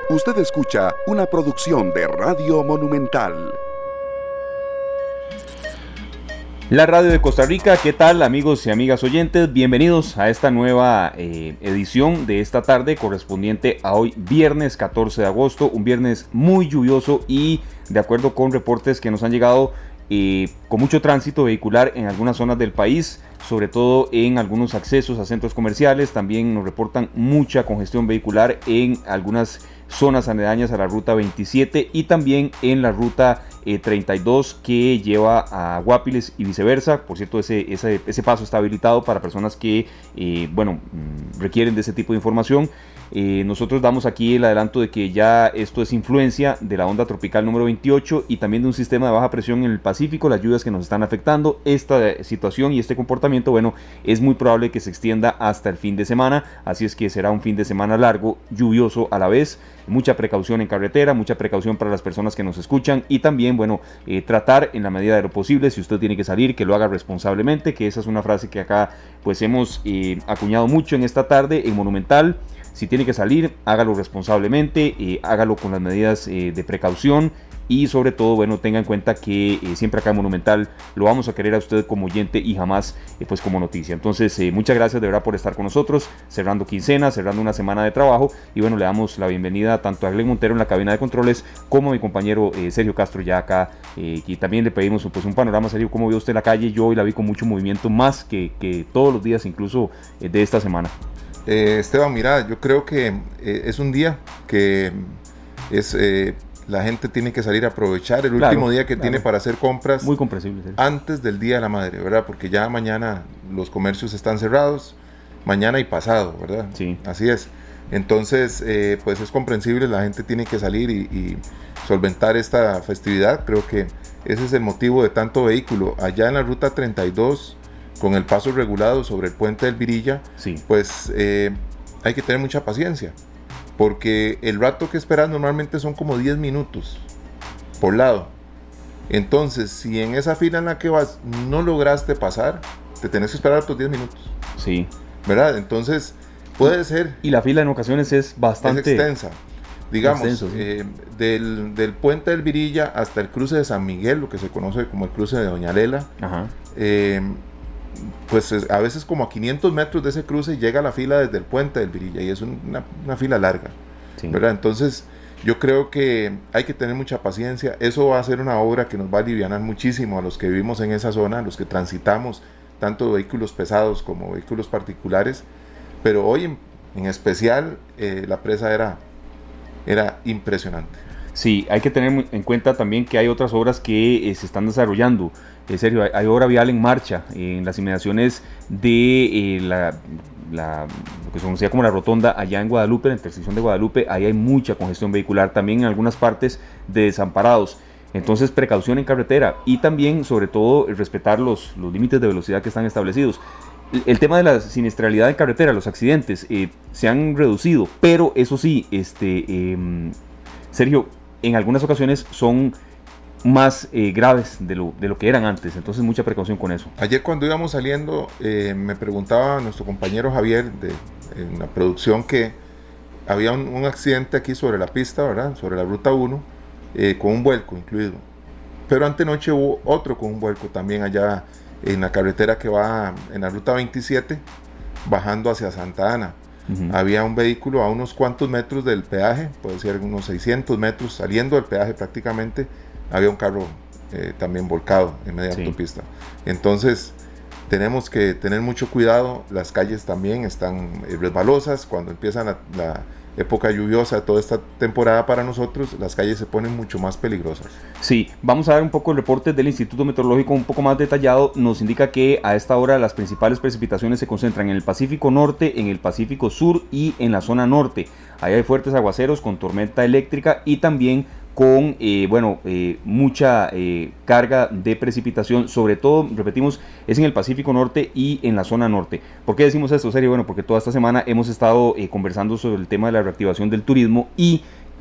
Usted escucha una producción de Radio Monumental. La radio de Costa Rica, ¿qué tal amigos y amigas oyentes? Bienvenidos a esta nueva edición de esta tarde correspondiente a hoy viernes 14 de agosto, un viernes muy lluvioso y de acuerdo con reportes que nos han llegado con mucho tránsito vehicular en algunas zonas del país, sobre todo en algunos accesos a centros comerciales. También nos reportan mucha congestión vehicular en algunas zonas aledañas a la ruta 27 y también en la ruta 32 que lleva a Guapiles y viceversa. Por cierto, ese paso está habilitado para personas que requieren de ese tipo de información. Nosotros damos aquí el adelanto de que ya esto es influencia de la onda tropical número 28 y también de un sistema de baja presión en el Pacífico, las lluvias que nos están afectando. Esta situación y este comportamiento, es muy probable que se extienda hasta el fin de semana, así es que será un fin de semana largo, lluvioso a la vez. Mucha precaución en carretera, mucha precaución para las personas que nos escuchan y también, tratar en la medida de lo posible, si usted tiene que salir, que lo haga responsablemente, que esa es una frase que acá pues hemos acuñado mucho en esta tarde en Monumental. Si tiene que salir, hágalo responsablemente, hágalo con las medidas de precaución y sobre todo, tenga en cuenta que siempre acá en Monumental lo vamos a querer a usted como oyente y jamás pues como noticia. Entonces, muchas gracias de verdad por estar con nosotros, cerrando quincena, cerrando una semana de trabajo y le damos la bienvenida tanto a Glenn Montero en la cabina de controles como a mi compañero Sergio Castro ya acá y también le pedimos pues un panorama. Sergio, ¿cómo vio usted la calle? Yo hoy la vi con mucho movimiento, más que todos los días incluso de esta semana. Esteban, mira, yo creo que es un día que la gente tiene que salir a aprovechar el último día que tiene para hacer compras. Muy comprensible, ¿sí? Antes del Día de la Madre, ¿verdad? Porque ya mañana los comercios están cerrados, mañana y pasado, ¿verdad? Sí. Así es. Entonces, pues es comprensible, la gente tiene que salir y solventar esta festividad. Creo que ese es el motivo de tanto vehículo. Allá en la ruta 32, con el paso regulado sobre el puente del Virilla, sí, pues hay que tener mucha paciencia, porque el rato que esperas normalmente son como 10 minutos por lado. Entonces, si en esa fila en la que vas no lograste pasar, te tenés que esperar otros 10 minutos. Sí. ¿Verdad? Entonces, puede ser. Y la fila en ocasiones es bastante extensa. Digamos, extenso, sí. Del puente del Virilla hasta el cruce de San Miguel, lo que se conoce como el cruce de Doña Lela, ajá, pues a veces como a 500 metros de ese cruce llega la fila desde el puente del Virilla y es una fila larga, sí, ¿verdad? Entonces yo creo que hay que tener mucha paciencia. Eso va a ser una obra que nos va a alivianar muchísimo a los que vivimos en esa zona, a los que transitamos tanto vehículos pesados como vehículos particulares, pero hoy en especial la presa era impresionante. Sí, hay que tener en cuenta también que hay otras obras que se están desarrollando. En serio, hay obra vial en marcha en las inmediaciones de lo que se conocía como la rotonda allá en Guadalupe, en la intersección de Guadalupe. Ahí hay mucha congestión vehicular, también en algunas partes de desamparados. Entonces, precaución en carretera y también, sobre todo, respetar los límites de velocidad que están establecidos. El tema de la siniestralidad en carretera, los accidentes, se han reducido, pero eso sí, Sergio, en algunas ocasiones son más graves de lo que eran antes, entonces mucha precaución con eso. Ayer cuando íbamos saliendo, me preguntaba nuestro compañero Javier en la producción que había un accidente aquí sobre la pista, ¿verdad? Sobre la ruta 1, con un vuelco incluido. Pero antenoche hubo otro con un vuelco también allá en la carretera que va en la ruta 27, bajando hacia Santa Ana. Uh-huh. Había un vehículo a unos cuantos metros del peaje, puede ser unos 600 metros, saliendo del peaje prácticamente, había un carro también volcado en media autopista. Entonces tenemos que tener mucho cuidado. Las calles también están resbalosas. Cuando empieza la época lluviosa, toda esta temporada para nosotros, las calles se ponen mucho más peligrosas. Sí, vamos a ver un poco el reporte del Instituto Meteorológico un poco más detallado. Nos indica que a esta hora las principales precipitaciones se concentran en el Pacífico Norte, en el Pacífico Sur y en la zona norte. Ahí hay fuertes aguaceros con tormenta eléctrica y también con mucha carga de precipitación, sobre todo, repetimos, es en el Pacífico Norte y en la zona norte. ¿Por qué decimos esto, Sergio? Bueno, porque toda esta semana hemos estado conversando sobre el tema de la reactivación del turismo y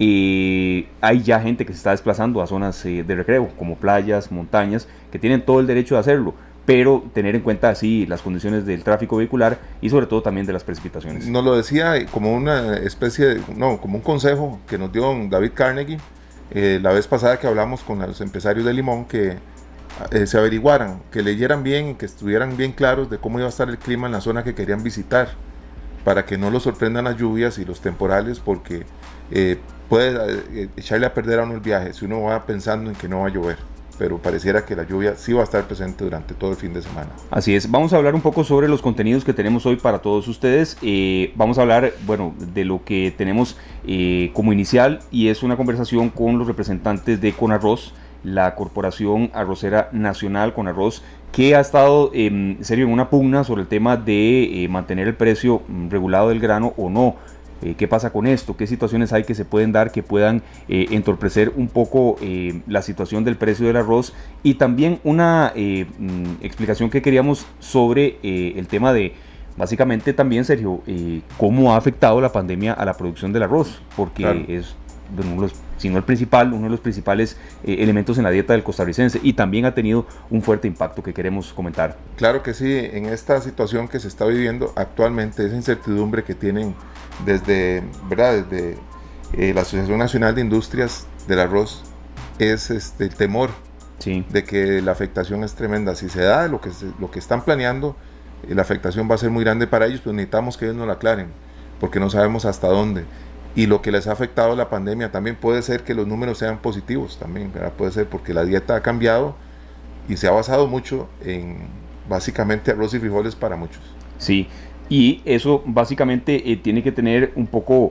hay ya gente que se está desplazando a zonas de recreo, como playas, montañas, que tienen todo el derecho de hacerlo, pero tener en cuenta así las condiciones del tráfico vehicular y sobre todo también de las precipitaciones. Nos lo decía como una especie como un consejo que nos dio don David Carnegie la vez pasada que hablamos con los empresarios de Limón, que se averiguaran, que leyeran bien, que estuvieran bien claros de cómo iba a estar el clima en la zona que querían visitar, para que no los sorprendan las lluvias y los temporales, porque puede echarle a perder a uno el viaje si uno va pensando en que no va a llover. Pero pareciera que la lluvia sí va a estar presente durante todo el fin de semana. Así es, vamos a hablar un poco sobre los contenidos que tenemos hoy para todos ustedes. Vamos a hablar, de lo que tenemos como inicial, y es una conversación con los representantes de Conarroz, la Corporación Arrocera Nacional Conarroz, que ha estado serio en una pugna sobre el tema de mantener el precio regulado del grano o no. ¿Qué pasa con esto? ¿Qué situaciones hay que se pueden dar que puedan entorpecer un poco la situación del precio del arroz? Y también una explicación que queríamos sobre el tema de, básicamente también, Sergio, cómo ha afectado la pandemia a la producción del arroz, porque claro, es si no el principal, uno de los principales elementos en la dieta del costarricense, y también ha tenido un fuerte impacto que queremos comentar. Claro que sí, en esta situación que se está viviendo actualmente, esa incertidumbre que tienen desde la Asociación Nacional de Industrias del Arroz, es el temor de que la afectación es tremenda. Si se da lo que están planeando, la afectación va a ser muy grande para ellos, pero necesitamos que ellos nos la aclaren, porque no sabemos hasta dónde. Y lo que les ha afectado la pandemia también puede ser que los números sean positivos también, ¿verdad? Puede ser porque la dieta ha cambiado y se ha basado mucho en básicamente arroz y frijoles para muchos. Sí, y eso básicamente tiene que tener un poco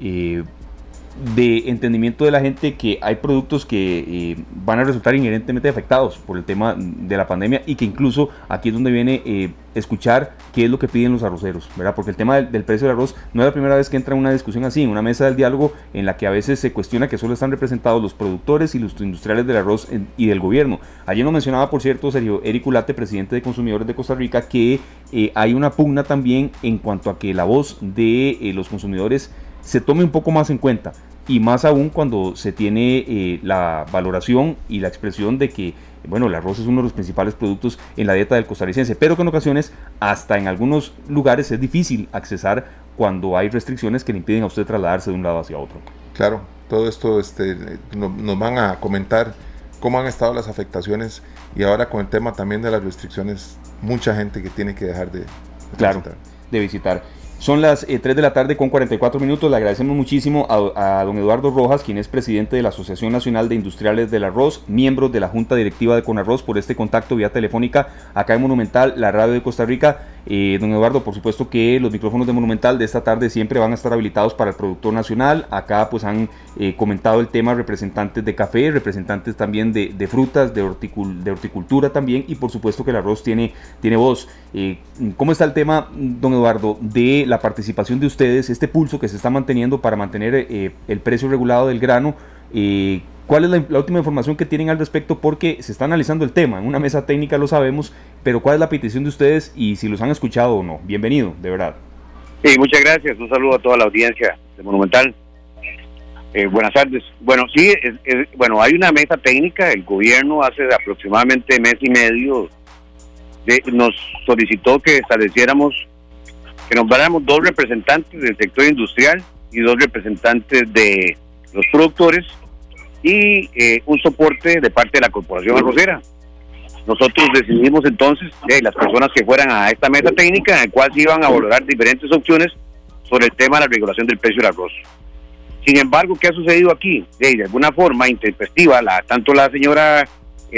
de entendimiento de la gente, que hay productos que van a resultar inherentemente afectados por el tema de la pandemia, y que incluso aquí es donde viene escuchar qué es lo que piden los arroceros, ¿verdad? Porque el tema del precio del arroz no es la primera vez que entra en una discusión así, en una mesa del diálogo en la que a veces se cuestiona que solo están representados los productores y los industriales del arroz y del gobierno. Ayer nos mencionaba, por cierto, Sergio Eric Ulate, presidente de Consumidores de Costa Rica, que hay una pugna también en cuanto a que la voz de los consumidores se tome un poco más en cuenta, y más aún cuando se tiene la valoración y la expresión de que, el arroz es uno de los principales productos en la dieta del costarricense, pero que en ocasiones, hasta en algunos lugares, es difícil accesar cuando hay restricciones que le impiden a usted trasladarse de un lado hacia otro. Claro, todo esto nos van a comentar cómo han estado las afectaciones, y ahora con el tema también de las restricciones, mucha gente que tiene que dejar de visitar. Son las 3 de la tarde con 44 minutos. Le agradecemos muchísimo a don Eduardo Rojas, quien es presidente de la Asociación Nacional de Industriales del Arroz, miembro de la Junta Directiva de Conarroz, por este contacto vía telefónica acá en Monumental, la radio de Costa Rica. Don Eduardo, por supuesto que los micrófonos de Monumental de esta tarde siempre van a estar habilitados para el productor nacional. Acá pues han comentado el tema representantes de café, representantes también de frutas, de horticultura también, y por supuesto que el arroz tiene voz. ¿Cómo está el tema, don Eduardo, de la participación de ustedes, este pulso que se está manteniendo para mantener el precio regulado del grano? ¿Cuál es la última información que tienen al respecto? Porque se está analizando el tema en una mesa técnica, lo sabemos, pero ¿cuál es la petición de ustedes y si los han escuchado o no? Bienvenido, de verdad. Sí, muchas gracias. Un saludo a toda la audiencia de Monumental. Buenas tardes. Bueno, sí, hay una mesa técnica. El gobierno hace aproximadamente mes y medio nos solicitó que que nombráramos 2 representantes del sector industrial y 2 representantes de los productores, y un soporte de parte de la Corporación Arrocera. Nosotros decidimos entonces las personas que fueran a esta mesa técnica, en la cual se iban a valorar diferentes opciones sobre el tema de la regulación del precio del arroz. Sin embargo, ¿qué ha sucedido aquí? De alguna forma intempestiva, tanto la señora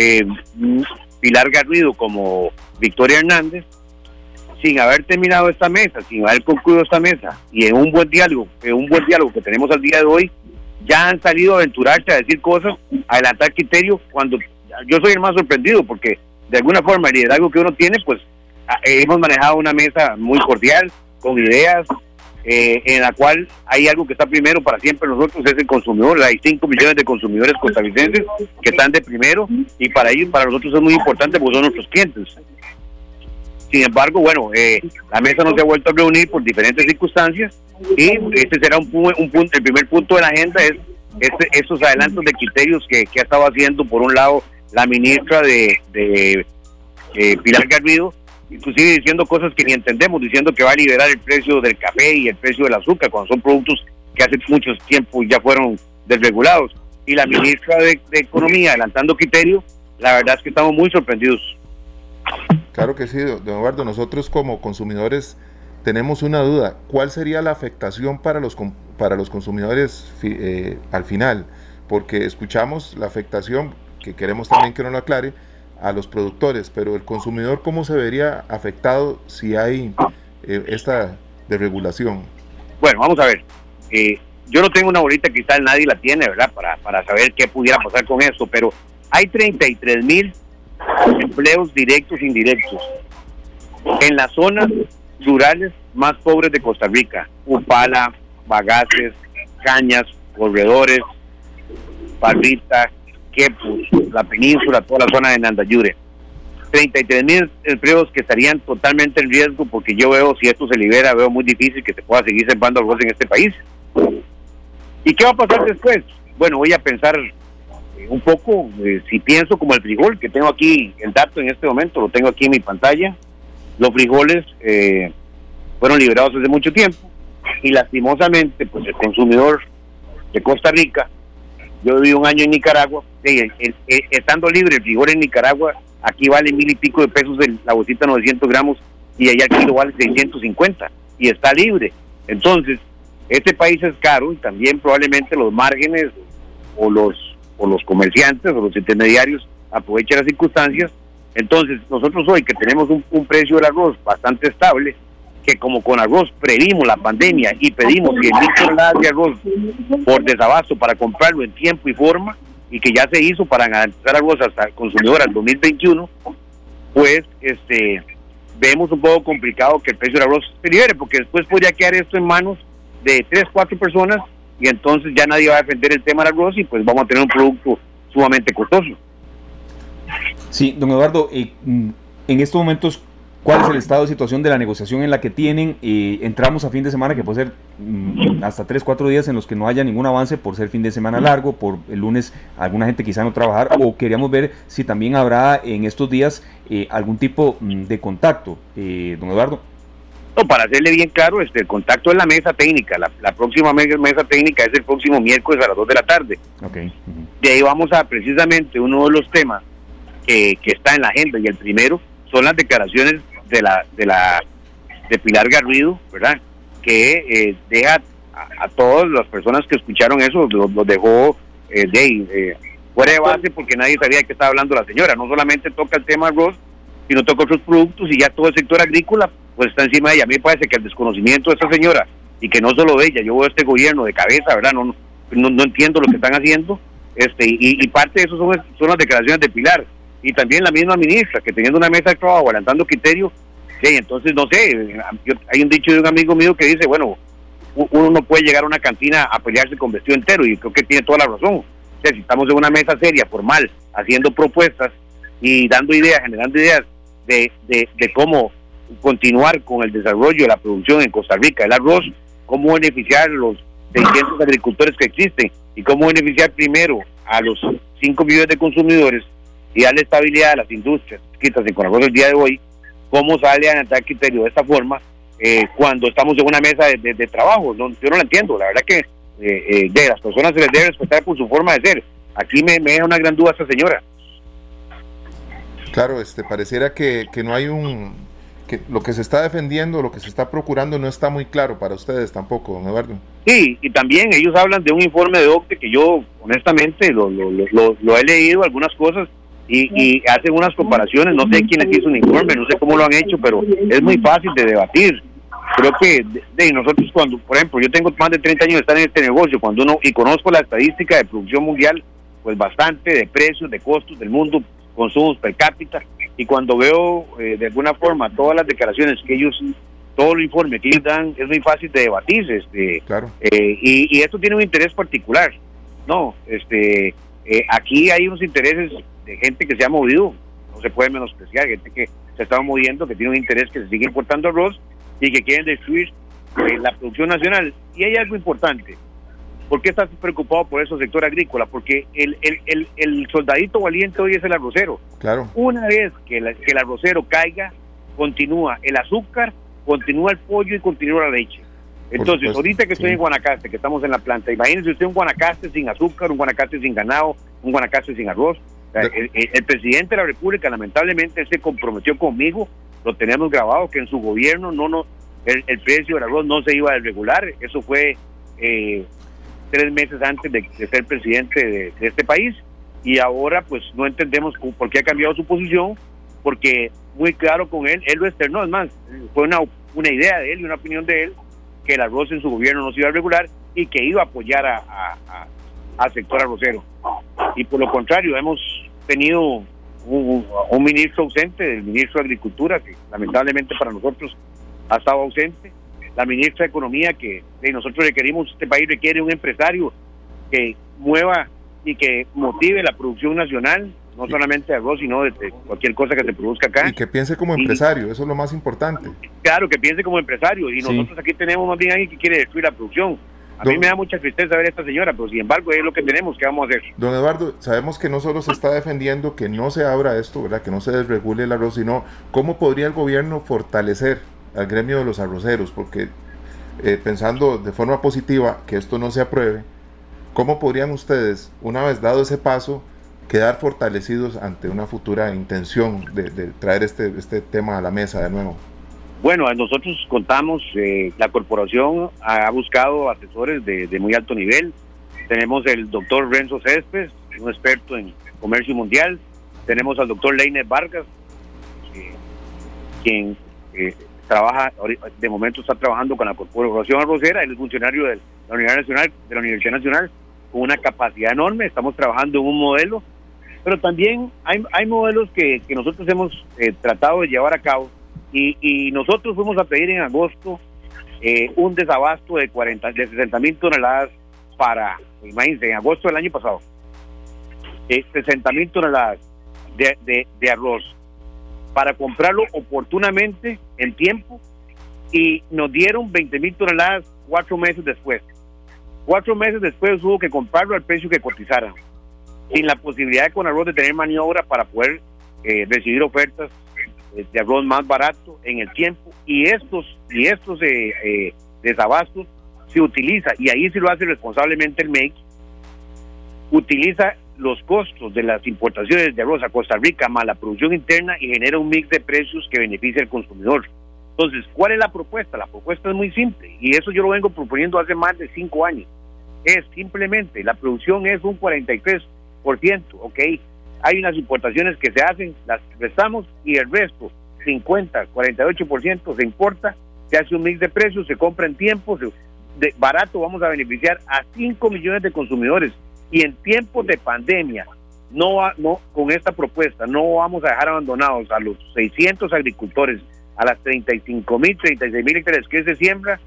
Pilar Garrido como Victoria Hernández, sin haber terminado esta mesa, sin haber concluido esta mesa, y en un buen diálogo que tenemos al día de hoy, ya han salido a aventurarse a decir cosas, a adelantar criterios, cuando yo soy el más sorprendido, porque de alguna forma el liderazgo que uno tiene, pues hemos manejado una mesa muy cordial, con ideas, en la cual hay algo que está primero para siempre nosotros, es el consumidor. Hay 5 millones de consumidores costarricenses que están de primero, y para ellos, para nosotros es muy importante porque son nuestros clientes. Sin embargo, la mesa no se ha vuelto a reunir por diferentes circunstancias, y este será un punto, el primer punto de la agenda es estos adelantos de criterios que ha estado haciendo, por un lado, la ministra de Pilar Garrido, inclusive diciendo cosas que ni entendemos, diciendo que va a liberar el precio del café y el precio del azúcar, cuando son productos que hace mucho tiempo ya fueron desregulados. Y la ministra de Economía adelantando criterio, la verdad es que estamos muy sorprendidos. Claro que sí, don Eduardo. Nosotros como consumidores tenemos una duda. ¿Cuál sería la afectación para los consumidores al final? Porque escuchamos la afectación, que queremos también que nos lo aclare, a los productores, pero el consumidor, ¿cómo se vería afectado si hay esta desregulación? Bueno, vamos a ver. Yo no tengo una bolita de cristal, nadie la tiene, ¿verdad? Para saber qué pudiera pasar con esto, pero hay 33,000 empleos directos e indirectos en las zonas rurales más pobres de Costa Rica: Upala, Bagaces, Cañas, Corredores, Parrita, Quepos, la península, toda la zona de Nandayure. 33,000 empleos que estarían totalmente en riesgo, porque yo veo, si esto se libera, veo muy difícil que se pueda seguir sembrando arroz en este país. ¿Y qué va a pasar después? Bueno, voy a pensar un poco, si pienso como el frijol, que tengo aquí el dato en este momento, lo tengo aquí en mi pantalla. Los frijoles fueron liberados hace mucho tiempo, y lastimosamente, pues el consumidor de Costa Rica, yo viví un año en Nicaragua, estando libre el frijol en Nicaragua, aquí vale 1,000 y pico de pesos la bolsita 900 gramos, y allá el kilo vale 650, y está libre. Entonces, este país es caro, y también probablemente los márgenes o los comerciantes o los intermediarios aprovechan las circunstancias. Entonces, nosotros hoy que tenemos un precio del arroz bastante estable, que como con arroz previmos la pandemia y pedimos 100,000 toneladas de arroz por desabasto para comprarlo en tiempo y forma, y que ya se hizo para garantizar arroz hasta el consumidor al 2021, pues vemos un poco complicado que el precio del arroz se libere, porque después podría quedar esto en manos de 3-4 personas, y entonces ya nadie va a defender el tema del arroz, y pues vamos a tener un producto sumamente costoso. Sí, don Eduardo, en estos momentos, ¿cuál es el estado de situación de la negociación en la que tienen? Entramos a fin de semana, que puede ser hasta 3-4 días en los que no haya ningún avance por ser fin de semana largo, por el lunes alguna gente quizá no trabajar, o queríamos ver si también habrá en estos días algún tipo de contacto, don Eduardo. No, para hacerle bien claro, el contacto es la mesa técnica. La próxima mesa técnica es el próximo miércoles a las 2 de la tarde. Okay. De ahí vamos a precisamente uno de los temas que está en la agenda, y el primero son las declaraciones de Pilar Garrido, ¿verdad? Que deja a todas las personas que escucharon eso, los dejó fuera de base, porque nadie sabía de qué estaba hablando la señora. No solamente toca el tema arroz, sino toca otros productos, y ya todo el sector agrícola pues está encima de ella. A mí me parece que el desconocimiento de esta señora, y que no solo de ella, yo veo este gobierno de cabeza, ¿verdad? No entiendo lo que están haciendo, y parte de eso son las declaraciones de Pilar, y también la misma ministra, que teniendo una mesa de trabajo adelantando criterio, entonces no sé, hay un dicho de un amigo mío que dice, bueno, uno no puede llegar a una cantina a pelearse con vestido entero, y creo que tiene toda la razón. O sea, si estamos en una mesa seria, formal, haciendo propuestas y dando ideas, generando ideas de cómo continuar con el desarrollo de la producción en Costa Rica, el arroz, cómo beneficiar a los 600 agricultores que existen, y cómo beneficiar primero a los 5 millones de consumidores y darle estabilidad a las industrias escritas en Conarroz el día de hoy, cómo sale a dar criterio de esta forma cuando estamos en una mesa de trabajo. Yo no la entiendo, la verdad que de las personas se les debe respetar por su forma de ser. Aquí me deja una gran duda esta señora. Claro, pareciera que no hay que lo que se está defendiendo, lo que se está procurando no está muy claro para ustedes tampoco, don Eduardo. Sí, y también ellos hablan de un informe de OCDE que yo honestamente lo he leído algunas cosas, y hacen unas comparaciones. No sé quién les hizo un informe, no sé cómo lo han hecho, pero es muy fácil de debatir. Creo que nosotros, cuando, por ejemplo, yo tengo más de 30 años de estar en este negocio, y conozco la estadística de producción mundial, pues bastante, de precios, de costos del mundo, consumos per cápita, y cuando veo de alguna forma todas las declaraciones que ellos, todo el informe que ellos dan, es muy fácil de debatir. Claro. Y esto tiene un interés particular, ¿no? Aquí hay unos intereses de gente que se ha movido, no se puede menospreciar, gente que se está moviendo, que tiene un interés que se sigue importando arroz, y que quieren destruir la producción nacional. Y hay algo importante: ¿Por qué estás preocupado por eso, sector agrícola? Porque el soldadito valiente hoy es el arrocero. Claro. Una vez que el arrocero caiga, continúa el azúcar, continúa el pollo y continúa la leche. Entonces, ahorita que estoy en Guanacaste, que estamos en la planta, imagínense usted un Guanacaste sin azúcar, un Guanacaste sin ganado, un Guanacaste sin arroz. O sea, el presidente de la República, lamentablemente, se comprometió conmigo, lo tenemos grabado, que en su gobierno el precio del arroz no se iba a desregular. Eso fue 3 meses antes de ser presidente de este país, y ahora pues no entendemos por qué ha cambiado su posición, porque muy claro con él lo externó. Es más, fue una idea de él y una opinión de él, que el arroz en su gobierno no se iba a regular y que iba a apoyar al sector arrocero. Y por lo contrario, hemos tenido un ministro ausente, el ministro de Agricultura, que lamentablemente para nosotros ha estado ausente. La ministra de Economía, que nosotros requerimos, este país requiere un empresario que mueva y que motive la producción nacional, no solamente de arroz, sino de cualquier cosa que se produzca acá. Y que piense como empresario, eso es lo más importante. Claro, que piense como empresario, y nosotros aquí tenemos más bien alguien que quiere destruir la producción. A mí me da mucha tristeza ver a esta señora, pero sin embargo es lo que tenemos. ¿Qué vamos a hacer? Don Eduardo, sabemos que no solo se está defendiendo que no se abra esto, ¿verdad?, que no se desregule el arroz, sino cómo podría el gobierno fortalecer al gremio de los arroceros, porque pensando de forma positiva que esto no se apruebe, ¿cómo podrían ustedes, una vez dado ese paso, quedar fortalecidos ante una futura intención de traer este tema a la mesa de nuevo? Bueno, nosotros contamos, la corporación ha buscado asesores de muy alto nivel. Tenemos el doctor Renzo Céspedes, un experto en comercio mundial. Tenemos al doctor Leiner Vargas, quien trabaja, de momento está trabajando con la corporación arrocera. Él es funcionario de la Universidad Nacional, con una capacidad enorme. Estamos trabajando en un modelo, pero también hay modelos que nosotros hemos tratado de llevar a cabo, y nosotros fuimos a pedir en agosto un desabasto de 60,000 toneladas para, imagínense, en agosto del año pasado, 60,000 toneladas de arroz, para comprarlo oportunamente, en tiempo, y nos dieron 20,000 toneladas 4 meses después. 4 meses después hubo que comprarlo al precio que cotizaran, sin la posibilidad de con arroz de tener maniobra para poder recibir ofertas de arroz más barato en el tiempo, y estos desabastos se utiliza, y ahí sí lo hace responsablemente el MEIC, utiliza los costos de las importaciones de arroz a Costa Rica más la producción interna y genera un mix de precios que beneficia al consumidor. Entonces, ¿cuál es la propuesta? La propuesta es muy simple, y eso yo lo vengo proponiendo hace más de 5 años. Es simplemente, la producción es un 43%, ¿ok? Hay unas importaciones que se hacen, las prestamos, y el resto, 50, 48% se importa, se hace un mix de precios, se compra en tiempo, barato. Vamos a beneficiar a 5 millones de consumidores, y en tiempos de pandemia, no con esta propuesta, no vamos a dejar abandonados a los 600 agricultores, a las 35,000, 36,000 hectáreas que se siembra.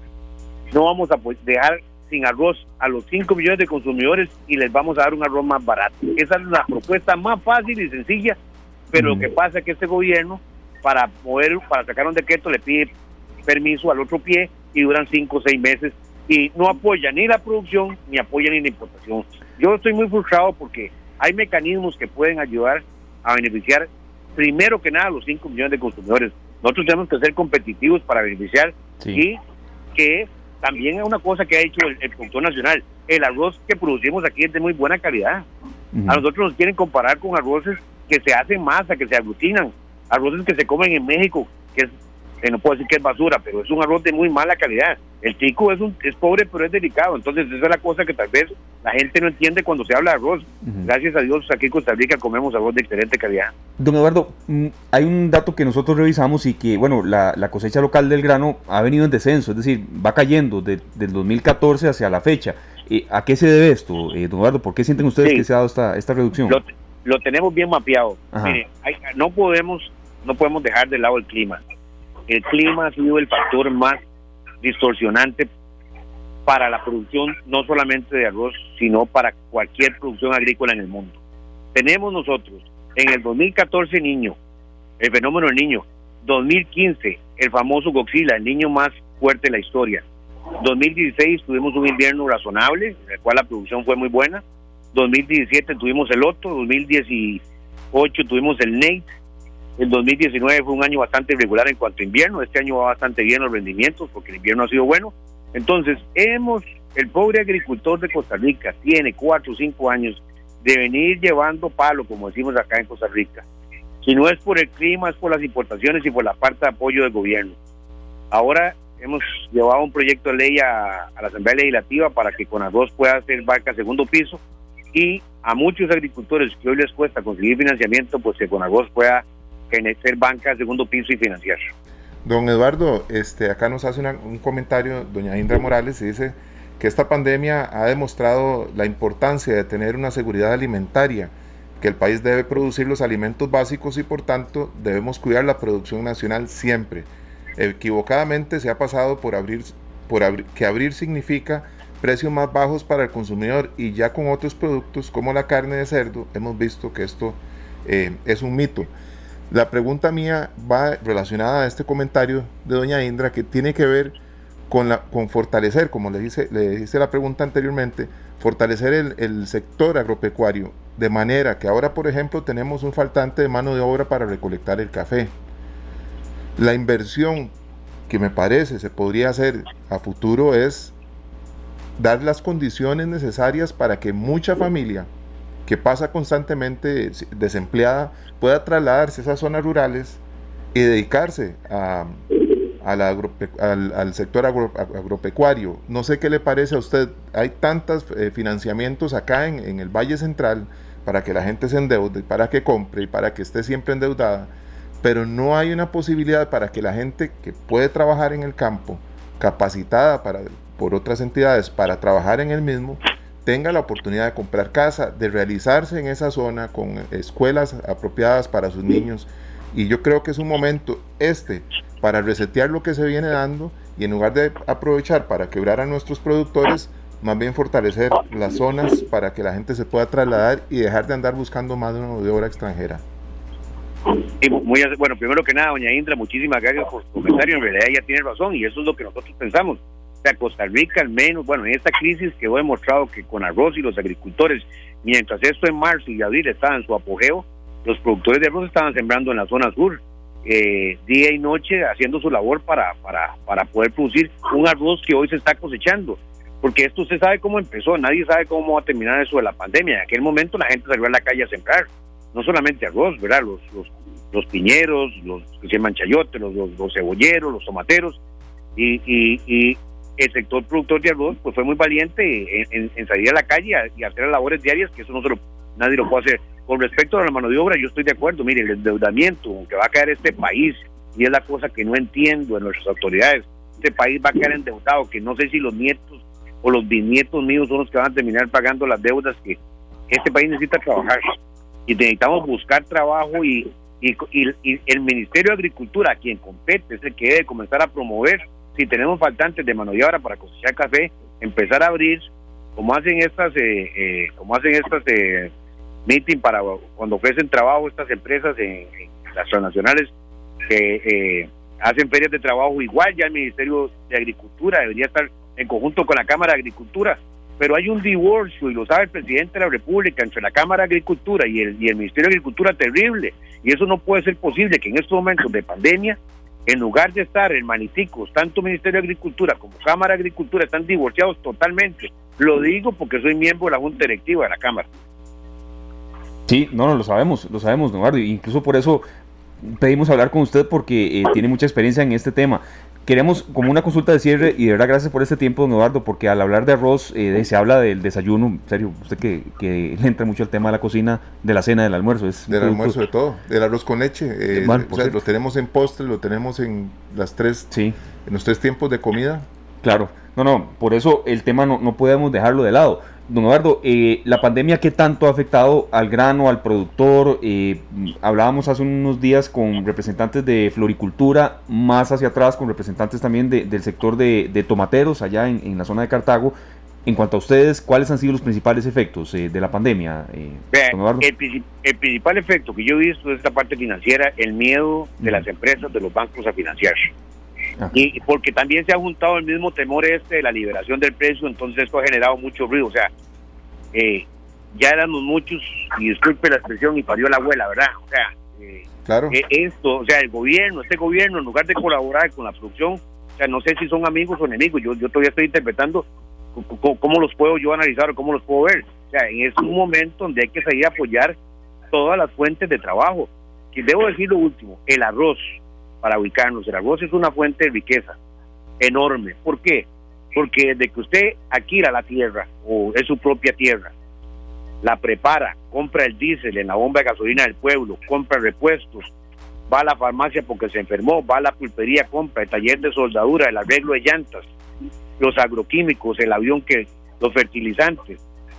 No vamos a dejar sin arroz a los 5 millones de consumidores, y les vamos a dar un arroz más barato. Esa es la propuesta más fácil y sencilla, pero lo que pasa es que este gobierno, para sacar un decreto, le pide permiso al otro pie, y duran 5 o 6 meses, y no apoya ni la producción, ni apoya ni la importación. Yo estoy muy frustrado porque hay mecanismos que pueden ayudar a beneficiar, primero que nada, a los 5 millones de consumidores. Nosotros tenemos que ser competitivos para beneficiar, y que también es una cosa que ha hecho el productor nacional. El arroz que producimos aquí es de muy buena calidad. A nosotros nos quieren comparar con arroces que se hacen masa, que se aglutinan, arroces que se comen en México, que no puedo decir que es basura, pero es un arroz de muy mala calidad. El tico es pobre, pero es delicado. Entonces esa es la cosa que tal vez la gente no entiende cuando se habla de arroz. Gracias a Dios aquí en Costa Rica comemos arroz de excelente calidad. Don Eduardo, hay un dato que nosotros revisamos, y que, bueno, la cosecha local del grano ha venido en descenso, es decir, va cayendo del 2014 hacia la fecha. ¿A qué se debe esto, don Eduardo? ¿Por qué sienten ustedes que se ha dado esta reducción? Lo tenemos bien mapeado. Mire, no podemos dejar de lado el clima. El clima ha sido el factor más distorsionante para la producción, no solamente de arroz, sino para cualquier producción agrícola en el mundo. Tenemos nosotros en el 2014 niño, el fenómeno del niño, 2015 el famoso Godzilla, el niño más fuerte de la historia, 2016 tuvimos un invierno razonable, en el cual la producción fue muy buena. 2017 tuvimos el Otto, 2018 tuvimos el Nate. El 2019 fue un año bastante irregular en cuanto a invierno. Este año va bastante bien los rendimientos porque el invierno ha sido bueno. Entonces, el pobre agricultor de Costa Rica tiene 4 o 5 años de venir llevando palo, como decimos acá en Costa Rica. Si no es por el clima, es por las importaciones y por la parte de apoyo del gobierno. Ahora hemos llevado un proyecto de ley a la Asamblea Legislativa para que Conarroz pueda hacer banca segundo piso, y a muchos agricultores que hoy les cuesta conseguir financiamiento, pues que Conarroz pueda ser banca segundo piso y financiar. Don Eduardo, acá nos hace un comentario doña Indra Morales y dice que esta pandemia ha demostrado la importancia de tener una seguridad alimentaria, que el país debe producir los alimentos básicos y por tanto debemos cuidar la producción nacional siempre. Equivocadamente se ha pasado que abrir significa precios más bajos para el consumidor, y ya con otros productos como la carne de cerdo hemos visto que esto es un mito. La pregunta mía va relacionada a este comentario de doña Indra, que tiene que ver con fortalecer, como le hice la pregunta anteriormente, fortalecer el sector agropecuario, de manera que ahora, por ejemplo, tenemos un faltante de mano de obra para recolectar el café. La inversión que me parece se podría hacer a futuro es dar las condiciones necesarias para que mucha familia que pasa constantemente desempleada pueda trasladarse a esas zonas rurales y dedicarse al sector agropecuario. No sé qué le parece a usted. Hay tantos financiamientos acá en el Valle Central para que la gente se endeude, para que compre y para que esté siempre endeudada, pero no hay una posibilidad para que la gente que puede trabajar en el campo, capacitada por otras entidades para trabajar en el mismo, tenga la oportunidad de comprar casa, de realizarse en esa zona con escuelas apropiadas para sus niños. Y yo creo que es un momento para resetear lo que se viene dando, y en lugar de aprovechar para quebrar a nuestros productores, más bien fortalecer las zonas para que la gente se pueda trasladar y dejar de andar buscando mano de obra extranjera. Y bueno, primero que nada, doña Indra, muchísimas gracias por su comentario. En realidad ella tiene razón y eso es lo que nosotros pensamos. O sea, Costa Rica, al menos, bueno, en esta crisis quedó demostrado que Conarroz y los agricultores, mientras esto en marzo y abril estaba en su apogeo, los productores de arroz estaban sembrando en la zona sur, día y noche, haciendo su labor para poder producir un arroz que hoy se está cosechando. Porque esto usted sabe cómo empezó, nadie sabe cómo va a terminar eso de la pandemia. En aquel momento la gente salió a la calle a sembrar, no solamente arroz, ¿verdad? Los piñeros, los que se llaman chayotes, los cebolleros, los tomateros, y el sector productor de arroz pues fue muy valiente en salir a la calle y hacer las labores diarias, que eso nadie lo puede hacer. Con respecto a la mano de obra, yo estoy de acuerdo. Mire, el endeudamiento que va a caer este país, y es la cosa que no entiendo de nuestras autoridades, este país va a quedar endeudado, que no sé si los nietos o los bisnietos míos son los que van a terminar pagando las deudas que este país necesita trabajar, y necesitamos buscar trabajo, y el Ministerio de Agricultura, a quien compete, es el que debe comenzar a promover. Si tenemos faltantes de mano de obra para cosechar café, empezar a abrir, como hacen estas meeting para cuando ofrecen trabajo estas empresas en las transnacionales que hacen ferias de trabajo. Igual ya el Ministerio de Agricultura debería estar en conjunto con la Cámara de Agricultura, pero hay un divorcio, y lo sabe el presidente de la República, entre la Cámara de Agricultura y el Ministerio de Agricultura, terrible, y eso no puede ser posible, que en estos momentos de pandemia, en lugar de estar en maniticos, tanto Ministerio de Agricultura como Cámara de Agricultura están divorciados totalmente. Lo digo porque soy miembro de la Junta Directiva de la Cámara. Sí, lo sabemos, don Eduardo, incluso por eso pedimos hablar con usted, porque tiene mucha experiencia en este tema. Queremos como una consulta de cierre, y de verdad gracias por este tiempo, don Eduardo, porque al hablar de arroz se habla del desayuno. En serio, usted que le entra mucho el tema de la cocina, de la cena, del almuerzo. Del almuerzo, de todo, del arroz con leche. Lo tenemos en postre, lo tenemos en en los 3 tiempos de comida. Claro, por eso el tema no podemos dejarlo de lado. Don Eduardo, la pandemia, ¿qué tanto ha afectado al grano, al productor? Hablábamos hace unos días con representantes de floricultura, más hacia atrás con representantes también del sector de tomateros allá en la zona de Cartago. En cuanto a ustedes, ¿cuáles han sido los principales efectos de la pandemia, don Eduardo? El principal efecto que yo he visto es la parte financiera, el miedo de las empresas, de los bancos a financiar. Y porque también se ha juntado el mismo temor de la liberación del precio, entonces esto ha generado mucho ruido. O sea, ya éramos muchos, y disculpe la expresión, y parió la abuela, ¿verdad? O sea, claro. Esto, o sea, este gobierno, en lugar de colaborar con la producción, o sea, no sé si son amigos o enemigos, yo todavía estoy interpretando cómo los puedo yo analizar o cómo los puedo ver. O sea, es un momento donde hay que seguir a apoyar todas las fuentes de trabajo. Que debo decir lo último, el arroz, para ubicarnos, el arroz es una fuente de riqueza enorme. ¿Por qué? Porque desde que usted adquiera la tierra, o es su propia tierra, la prepara, compra el diésel en la bomba de gasolina del pueblo, compra repuestos, va a la farmacia porque se enfermó, va a la pulpería, compra el taller de soldadura, el arreglo de llantas, los agroquímicos, el avión los fertilizantes,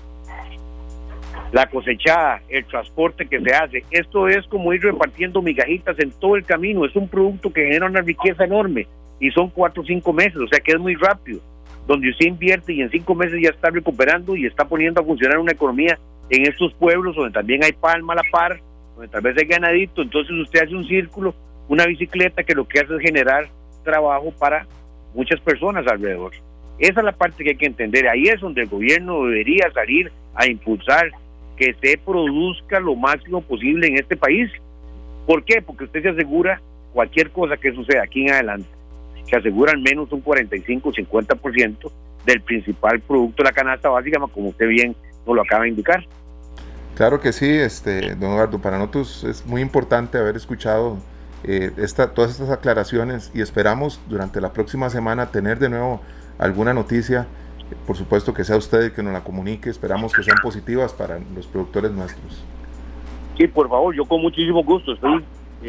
la cosechada, el transporte que se hace. Esto es como ir repartiendo migajitas en todo el camino. Es un producto que genera una riqueza enorme y son 4 o 5 meses, o sea que es muy rápido, donde usted invierte y en 5 meses ya está recuperando y está poniendo a funcionar una economía en estos pueblos donde también hay palma a la par, donde tal vez hay ganadito. Entonces usted hace un círculo, una bicicleta que lo que hace es generar trabajo para muchas personas alrededor. Esa es la parte que hay que entender. Ahí es donde el gobierno debería salir a impulsar que se produzca lo máximo posible en este país. ¿Por qué? Porque usted se asegura cualquier cosa que suceda aquí en adelante, se asegura al menos un 45-50% del principal producto de la canasta básica, como usted bien nos lo acaba de indicar. Claro que sí, don Eduardo, para nosotros es muy importante haber escuchado todas estas aclaraciones y esperamos durante la próxima semana tener de nuevo alguna noticia. Por supuesto que sea usted el que nos la comunique, esperamos que sean positivas para los productores nuestros. Sí, por favor, yo con muchísimo gusto estoy,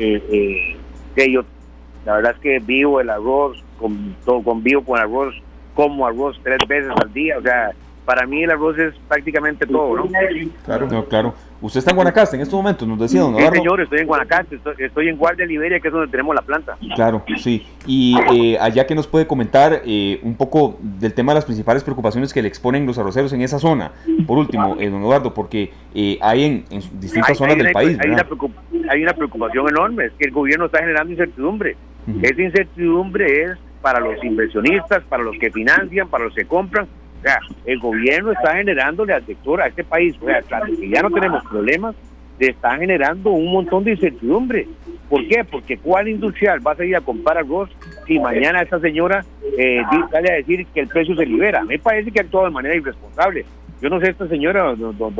yo la verdad es que vivo el arroz, convivo con arroz, como arroz 3 veces al día, o sea, para mí el arroz es prácticamente todo, ¿no? Claro, no, claro. Usted está en Guanacaste en estos momentos, nos decía, don Eduardo. Sí, señor, estoy en Guanacaste, estoy en Guardia Liberia, que es donde tenemos la planta. Claro, sí. Y allá que nos puede comentar un poco del tema de las principales preocupaciones que le exponen los arroceros en esa zona. Por último, don Eduardo, porque hay en distintas zonas del país, ¿verdad? Hay una preocupación enorme, es que el gobierno está generando incertidumbre. Esa incertidumbre es para los inversionistas, para los que financian, para los que compran. O sea, el gobierno está generándole al sector, a este país, o sea, claro, que ya no tenemos problemas, le está generando un montón de incertidumbre. ¿Por qué? Porque ¿cuál industrial va a salir a comprar arroz si mañana esta señora sale a decir que el precio se libera? Me parece que ha actuado de manera irresponsable. Yo no sé, esta señora,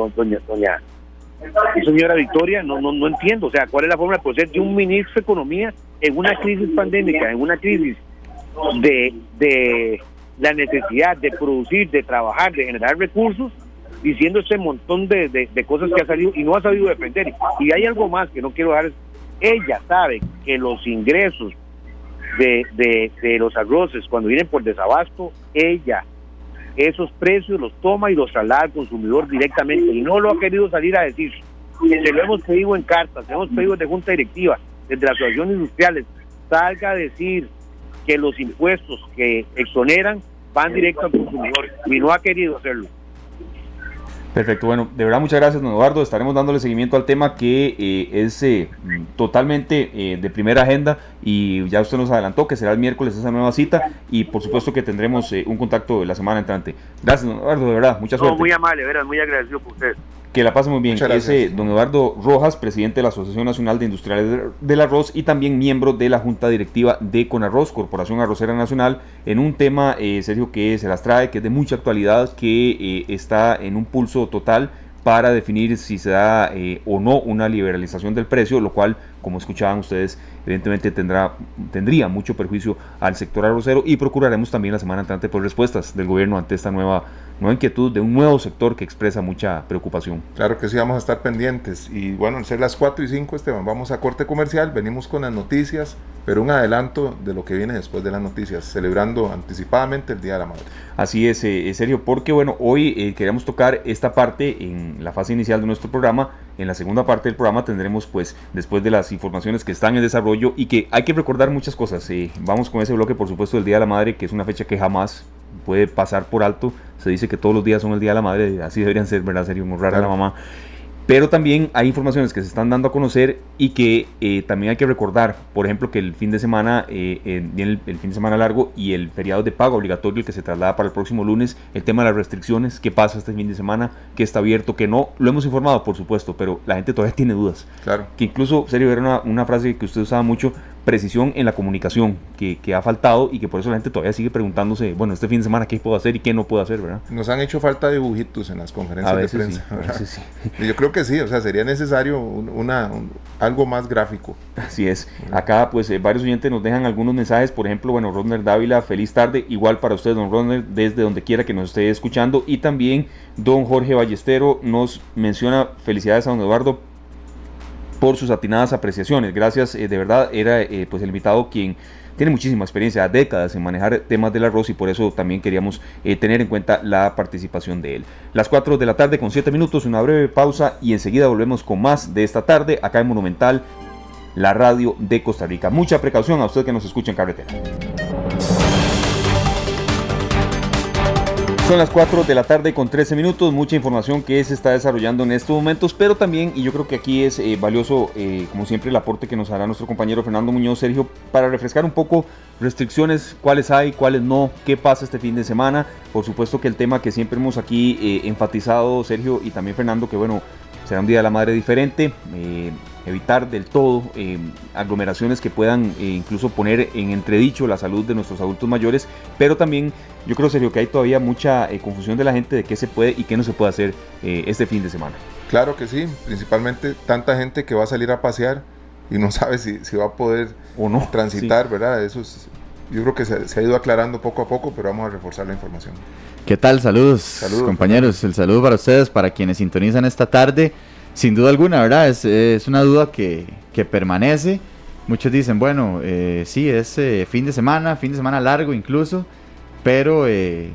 señora Victoria, no entiendo, o sea, ¿cuál es la forma de proceder de un ministro de Economía en una crisis pandémica, en una crisis de la necesidad de producir, de trabajar, de generar recursos, diciendo ese montón de cosas que ha salido y no ha sabido defender? Y hay algo más que no quiero dejar. Ella sabe que los ingresos de los arroces, cuando vienen por desabasto, esos precios los toma y los traslada al consumidor directamente, y no lo ha querido salir a decir. Se lo hemos pedido en cartas, hemos pedido de junta directiva, desde las asociaciones industriales, salga a decir que los impuestos que exoneran van directo al consumidor, y no ha querido hacerlo. Perfecto, bueno, de verdad muchas gracias, don Eduardo. Estaremos dándole seguimiento al tema que es totalmente de primera agenda, y ya usted nos adelantó que será el miércoles esa nueva cita, y por supuesto que tendremos un contacto la semana entrante. Gracias, don Eduardo, de verdad, mucha suerte. Muy amable, verdad, muy agradecido por usted. Que la pase muy bien. Es don Eduardo Rojas, presidente de la Asociación Nacional de Industriales del Arroz y también miembro de la Junta Directiva de Conarroz, Corporación Arrocera Nacional, en un tema, Sergio, que se las trae, que es de mucha actualidad, que está en un pulso total para definir si se da o no una liberalización del precio, lo cual, como escuchaban ustedes, evidentemente tendría mucho perjuicio al sector arrocero, y procuraremos también la semana entrante por respuestas del gobierno ante esta nueva inquietud de un nuevo sector que expresa mucha preocupación. Claro que sí, vamos a estar pendientes. Y bueno, al ser las 4:05, Esteban, vamos a corte comercial, venimos con las noticias, pero un adelanto de lo que viene después de las noticias, celebrando anticipadamente el Día de la Madre. Así es, Sergio, porque bueno, hoy queremos tocar esta parte en la fase inicial de nuestro programa. En la segunda parte del programa tendremos, pues, después de las informaciones que están en desarrollo y que hay que recordar muchas cosas. Vamos con ese bloque, por supuesto, del Día de la Madre, que es una fecha que jamás puede pasar por alto. Se dice que todos los días son el Día de la Madre, así deberían ser, ¿verdad, Sergio? Honrar a la mamá. Pero también hay informaciones que se están dando a conocer y que también hay que recordar, por ejemplo, que el fin de semana, viene el fin de semana largo y el feriado de pago obligatorio, el que se traslada para el próximo lunes, el tema de las restricciones, qué pasa este fin de semana, qué está abierto, qué no, lo hemos informado por supuesto, pero la gente todavía tiene dudas. Claro. Que incluso, Sergio, era una frase que usted usaba mucho, precisión en la comunicación, que ha faltado y que por eso la gente todavía sigue preguntándose, bueno, este fin de semana qué puedo hacer y qué no puedo hacer, ¿verdad? Nos han hecho falta dibujitos en las conferencias de prensa, sí, ¿verdad? sí. Y yo creo que sí, o sea, sería necesario algo más gráfico. Así es. Acá, pues, varios oyentes nos dejan algunos mensajes, por ejemplo, bueno, Rodner Dávila, feliz tarde, igual para usted, don Rodner, desde donde quiera que nos esté escuchando, y también don Jorge Ballestero nos menciona felicidades a don Eduardo por sus atinadas apreciaciones. Gracias, de verdad, era pues el invitado quien tiene muchísima experiencia, décadas en manejar temas del arroz, y por eso también queríamos tener en cuenta la participación de él. Las 4 de la tarde con 7 minutos, una breve pausa y enseguida volvemos con más de esta tarde acá en Monumental, la radio de Costa Rica. Mucha precaución a usted que nos escucha en carretera. Son las 4 de la tarde con 13 minutos, mucha información que se está desarrollando en estos momentos, pero también, y yo creo que aquí es valioso, como siempre, el aporte que nos hará nuestro compañero Fernando Muñoz, Sergio, para refrescar un poco restricciones, cuáles hay, cuáles no, qué pasa este fin de semana. Por supuesto que el tema que siempre hemos aquí enfatizado, Sergio y también Fernando, que bueno, será un Día de la Madre diferente, evitar del todo aglomeraciones que puedan incluso poner en entredicho la salud de nuestros adultos mayores, pero también yo creo, Sergio, que hay todavía mucha confusión de la gente de qué se puede y qué no se puede hacer este fin de semana. Claro que sí, principalmente tanta gente que va a salir a pasear y no sabe si va a poder o no transitar, sí. ¿Verdad? Eso es, yo creo que se ha ido aclarando poco a poco, pero vamos a reforzar la información. ¿Qué tal? Saludos compañeros, el saludo para ustedes, para quienes sintonizan esta tarde. Sin duda alguna, ¿verdad? Es una duda que permanece. Muchos dicen, bueno, sí, es fin de semana largo incluso, pero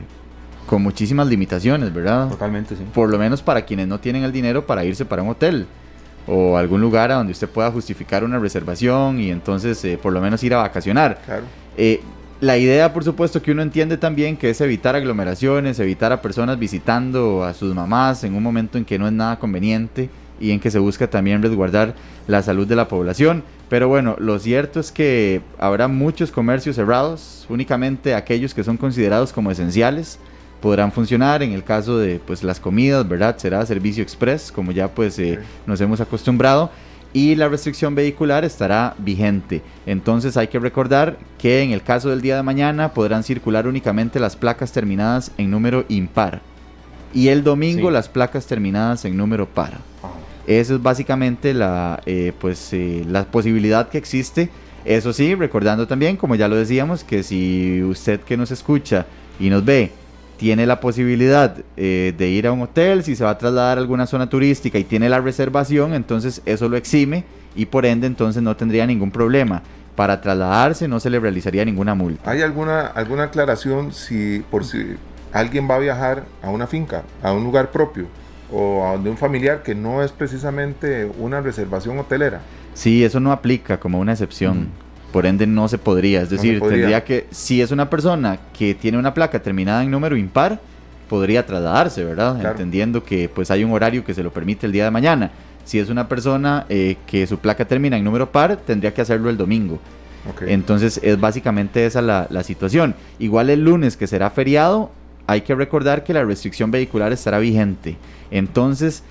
con muchísimas limitaciones, ¿verdad? Totalmente, sí. Por lo menos para quienes no tienen el dinero para irse para un hotel o algún lugar a donde usted pueda justificar una reservación y entonces por lo menos ir a vacacionar. Claro. La idea, por supuesto, que uno entiende también que es evitar aglomeraciones, evitar a personas visitando a sus mamás en un momento en que no es nada conveniente y en que se busca también resguardar la salud de la población. Pero bueno, lo cierto es que habrá muchos comercios cerrados, únicamente aquellos que son considerados como esenciales podrán funcionar. En el caso de pues las comidas, ¿verdad? Será servicio express, como ya pues nos hemos acostumbrado, y la restricción vehicular estará vigente. Entonces hay que recordar que en el caso del día de mañana podrán circular únicamente las placas terminadas en número impar, y el domingo las placas terminadas en número par. Esa es básicamente la posibilidad que existe. Eso sí, recordando también, como ya lo decíamos, que si usted que nos escucha y nos ve tiene la posibilidad de ir a un hotel, si se va a trasladar a alguna zona turística y tiene la reservación, entonces eso lo exime y por ende entonces no tendría ningún problema. Para trasladarse no se le realizaría ninguna multa. ¿Hay alguna aclaración si alguien va a viajar a una finca, a un lugar propio o a donde un familiar que no es precisamente una reservación hotelera? Sí, eso no aplica como una excepción. Por ende no se podría, es decir, tendría que, si es una persona que tiene una placa terminada en número impar, podría trasladarse, ¿verdad? Claro. Entendiendo que pues hay un horario que se lo permite el día de mañana. Si es una persona que su placa termina en número par, tendría que hacerlo el domingo. Okay. Entonces es básicamente esa la situación. Igual el lunes, que será feriado, hay que recordar que la restricción vehicular estará vigente. Entonces,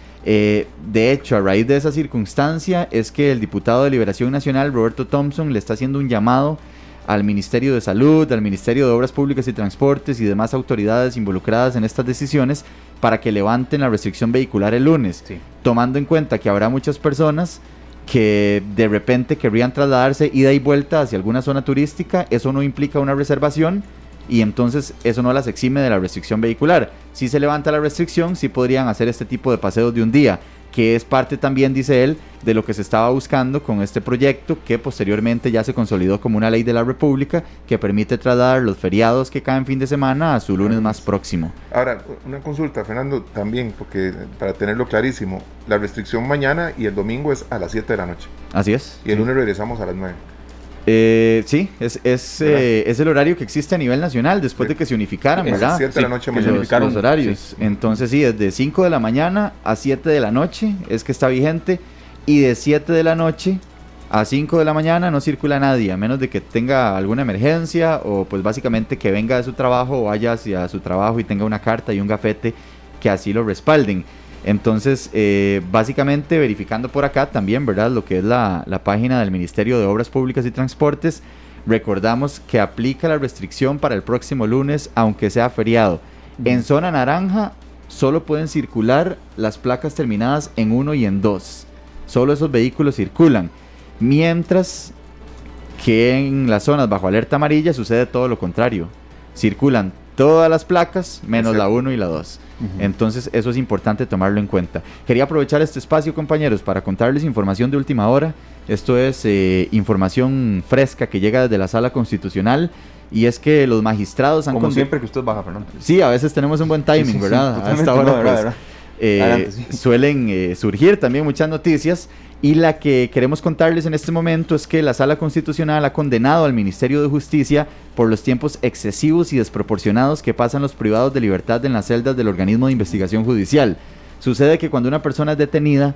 de hecho, a raíz de esa circunstancia es que el diputado de Liberación Nacional, Roberto Thompson, le está haciendo un llamado al Ministerio de Salud, al Ministerio de Obras Públicas y Transportes y demás autoridades involucradas en estas decisiones para que levanten la restricción vehicular el lunes, tomando en cuenta que habrá muchas personas que de repente querrían trasladarse ida y vuelta hacia alguna zona turística. Eso no implica una reservación y entonces eso no las exime de la restricción vehicular. Si se levanta la restricción, sí podrían hacer este tipo de paseos de un día, que es parte también, dice él, de lo que se estaba buscando con este proyecto, que posteriormente ya se consolidó como una ley de la República que permite trasladar los feriados que caen fin de semana a su lunes más próximo. Ahora, una consulta, Fernando, también, porque para tenerlo clarísimo, la restricción mañana y el domingo es a las 7 de la noche. Así es. Y el lunes regresamos a las 9. Sí, es el horario que existe a nivel nacional después de que se unificaran, ¿verdad? 7 de la noche se unificaron los horarios. Sí. Entonces sí, desde 5 de la mañana a 7 de la noche es que está vigente, y de 7 de la noche a 5 de la mañana no circula nadie, a menos de que tenga alguna emergencia o pues básicamente que venga de su trabajo o vaya hacia su trabajo y tenga una carta y un gafete que así lo respalden. Entonces, básicamente verificando por acá también, ¿verdad? Lo que es la página del Ministerio de Obras Públicas y Transportes, recordamos que aplica la restricción para el próximo lunes, aunque sea feriado. En zona naranja solo pueden circular las placas terminadas en 1 y en 2. Solo esos vehículos circulan. Mientras que en las zonas bajo alerta amarilla sucede todo lo contrario. Circulan todas las placas menos la 1 y la 2. Entonces eso es importante tomarlo en cuenta. Quería aprovechar este espacio, compañeros, para contarles información de última hora. Esto es información fresca que llega desde la Sala Constitucional, y es que los magistrados han... Como siempre que usted baja, Fernando. Sí, a veces tenemos un buen timing, ¿verdad? A esta hora verdad. Adelante, suelen surgir también muchas noticias, y la que queremos contarles en este momento es que la Sala Constitucional ha condenado al Ministerio de Justicia por los tiempos excesivos y desproporcionados que pasan los privados de libertad en las celdas del organismo de investigación judicial. Sucede que cuando una persona es detenida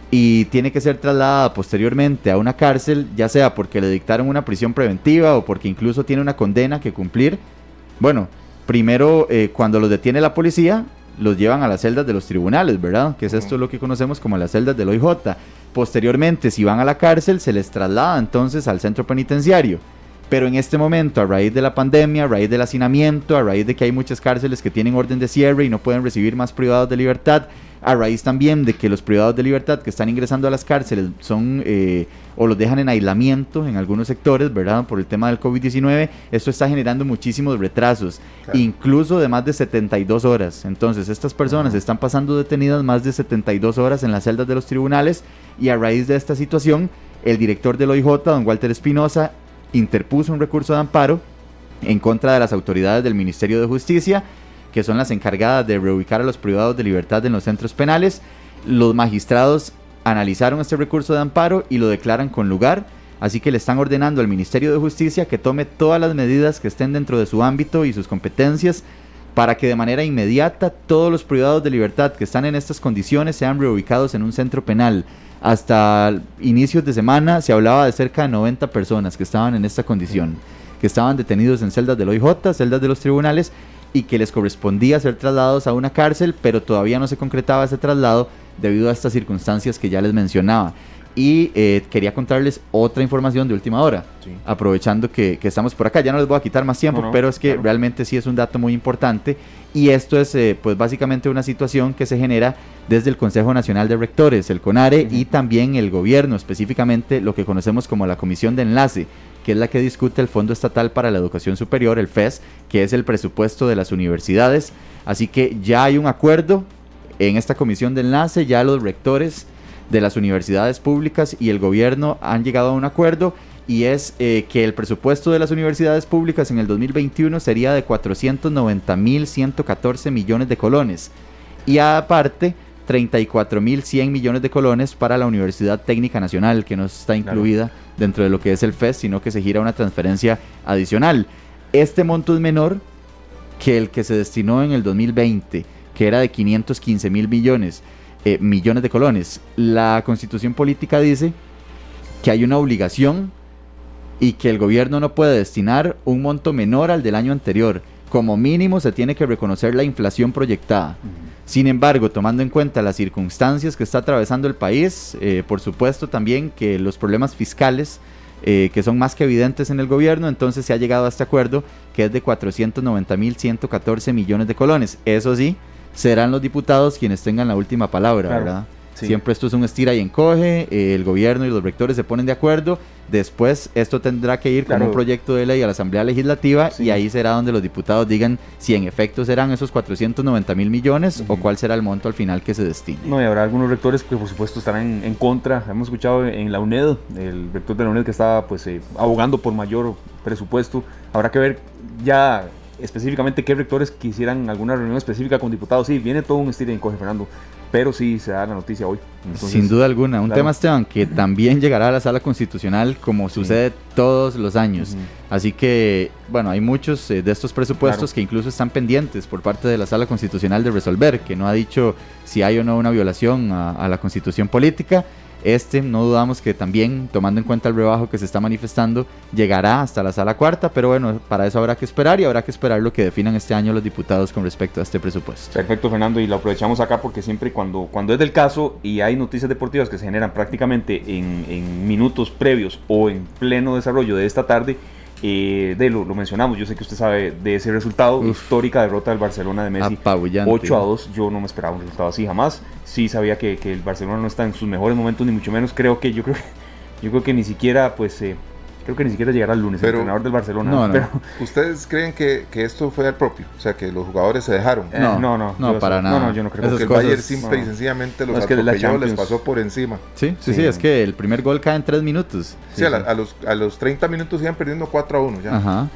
y tiene que ser trasladada posteriormente a una cárcel, ya sea porque le dictaron una prisión preventiva o porque incluso tiene una condena que cumplir, bueno, primero cuando los detiene la policía, los llevan a las celdas de los tribunales, ¿verdad? Que es esto lo que conocemos como las celdas del OIJ. Posteriormente, si van a la cárcel, se les traslada entonces al centro penitenciario. Pero en este momento, a raíz de la pandemia, a raíz del hacinamiento, a raíz de que hay muchas cárceles que tienen orden de cierre y no pueden recibir más privados de libertad, a raíz también de que los privados de libertad que están ingresando a las cárceles son o los dejan en aislamiento en algunos sectores, ¿verdad? Por el tema del COVID-19, esto está generando muchísimos retrasos, claro, incluso de más de 72 horas. Entonces, estas personas están pasando detenidas más de 72 horas en las celdas de los tribunales, y a raíz de esta situación, el director del OIJ, don Walter Espinosa, interpuso un recurso de amparo en contra de las autoridades del Ministerio de Justicia, que son las encargadas de reubicar a los privados de libertad en los centros penales. Los magistrados analizaron este recurso de amparo y lo declaran con lugar, así que le están ordenando al Ministerio de Justicia que tome todas las medidas que estén dentro de su ámbito y sus competencias para que de manera inmediata todos los privados de libertad que están en estas condiciones sean reubicados en un centro penal. Hasta inicios de semana se hablaba de cerca de 90 personas que estaban en esta condición, que estaban detenidos en celdas del OIJ, celdas de los tribunales, y que les correspondía ser trasladados a una cárcel, pero todavía no se concretaba ese traslado debido a estas circunstancias que ya les mencionaba. Y quería contarles otra información de última hora, aprovechando que estamos por acá. Ya no les voy a quitar más tiempo, pero es que realmente sí es un dato muy importante, y esto es pues básicamente una situación que se genera desde el Consejo Nacional de Rectores, el CONARE, y también el gobierno, específicamente lo que conocemos como la Comisión de Enlace, que es la que discute el Fondo Estatal para la Educación Superior, el FES, que es el presupuesto de las universidades. Así que ya hay un acuerdo en esta Comisión de Enlace, ya los rectores de las universidades públicas y el gobierno han llegado a un acuerdo, y es que el presupuesto de las universidades públicas en el 2021 sería de 490.114 millones de colones, y aparte 34.100 millones de colones para la Universidad Técnica Nacional, que no está incluida dentro de lo que es el FES, sino que se gira una transferencia adicional. Este monto es menor que el que se destinó en el 2020, que era de 515.000 millones de colones. La Constitución Política dice que hay una obligación y que el gobierno no puede destinar un monto menor al del año anterior. Como mínimo se tiene que reconocer la inflación proyectada. Sin embargo, tomando en cuenta las circunstancias que está atravesando el país, por supuesto también que los problemas fiscales que son más que evidentes en el gobierno, entonces se ha llegado a este acuerdo que es de 490.114 millones de colones. Eso sí, serán los diputados quienes tengan la última palabra, ¿verdad? Sí. Siempre esto es un estira y encoge, el gobierno y los rectores se ponen de acuerdo, después esto tendrá que ir como un proyecto de ley a la Asamblea Legislativa, y ahí será donde los diputados digan si en efecto serán esos 490.000 millones o cuál será el monto al final que se destine. No, y habrá algunos rectores que por supuesto estarán en contra. Hemos escuchado en la UNED, el rector de la UNED que estaba pues abogando por mayor presupuesto. Habrá que ver ya específicamente qué rectores quisieran alguna reunión específica con diputados. Sí, viene todo un estilo en coge, Fernando, pero sí se da la noticia hoy. Entonces, sin duda alguna, un tema, Esteban, que también llegará a la sala constitucional como sucede todos los años. Así que, bueno, hay muchos de estos presupuestos que incluso están pendientes por parte de la sala constitucional de resolver, que no ha dicho si hay o no una violación a la constitución política. No dudamos que también, tomando en cuenta el rebajo que se está manifestando, llegará hasta la sala cuarta, pero bueno, para eso habrá que esperar, y habrá que esperar lo que definan este año los diputados con respecto a este presupuesto. Perfecto, Fernando, y lo aprovechamos acá porque siempre cuando es del caso y hay noticias deportivas que se generan prácticamente en minutos previos o en pleno desarrollo de esta tarde, lo mencionamos. Yo sé que usted sabe de ese resultado. Histórica derrota del Barcelona de Messi, apabullante. 8-2. Yo no me esperaba un resultado así jamás. Sí sabía que el Barcelona no está en sus mejores momentos, ni mucho menos. Yo creo que ni siquiera llegará el lunes, pero, el entrenador del Barcelona. No. Pero, ¿ustedes creen que esto fue al propio? O sea, que los jugadores se dejaron. No, para nada. No, yo no creo. Porque el Bayern simple y sencillamente los atropelló, les pasó por encima. Sí, es que el primer gol cae en 3 minutos. Sí, a los 30 minutos iban perdiendo 4-1 ya. Ajá.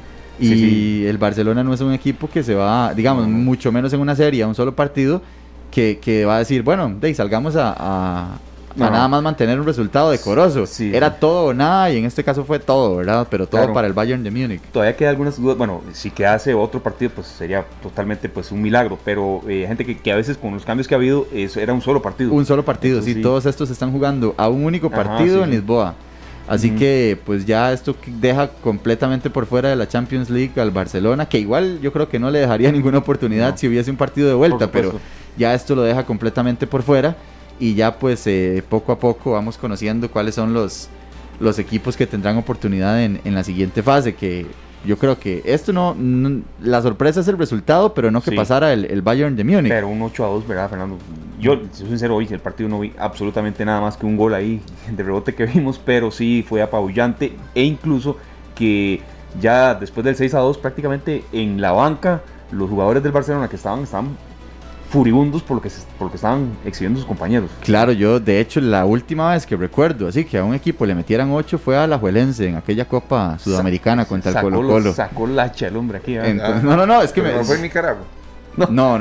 Y el Barcelona no es un equipo que se va, digamos, mucho menos en una serie, a un solo partido, que va a decir, bueno, salgamos a nada más mantener un resultado decoroso. Era todo o nada, y en este caso fue todo, ¿verdad? Pero todo para el Bayern de Múnich. Todavía queda algunas dudas. Bueno, si quedase otro partido, pues sería totalmente un milagro. Pero gente que a veces con los cambios que ha habido, eso era un solo partido. Un solo partido. Entonces, todos estos están jugando a un único partido en Lisboa. Así que pues ya esto deja completamente por fuera de la Champions League al Barcelona, que igual yo creo que no le dejaría ninguna oportunidad si hubiese un partido de vuelta, pero ya esto lo deja completamente por fuera. Y ya pues poco a poco vamos conociendo cuáles son los equipos que tendrán oportunidad en la siguiente fase, que yo creo que esto no la sorpresa es el resultado, pero no que pasara el Bayern de Múnich. Pero un 8-2, ¿verdad, Fernando? Yo, soy sincero, hoy el partido no vi absolutamente nada más que un gol ahí de rebote que vimos, pero sí fue apabullante, e incluso que ya después del 6-2 prácticamente en la banca los jugadores del Barcelona que estaban furibundos por lo que estaban exhibiendo sus compañeros. Claro, yo de hecho la última vez que recuerdo así que a un equipo le metieran 8 fue a la Alajuelense en aquella Copa Sudamericana contra el Colo-Colo. Sacó la hacha el hombre aquí. No, es que no fue en Nicaragua. No,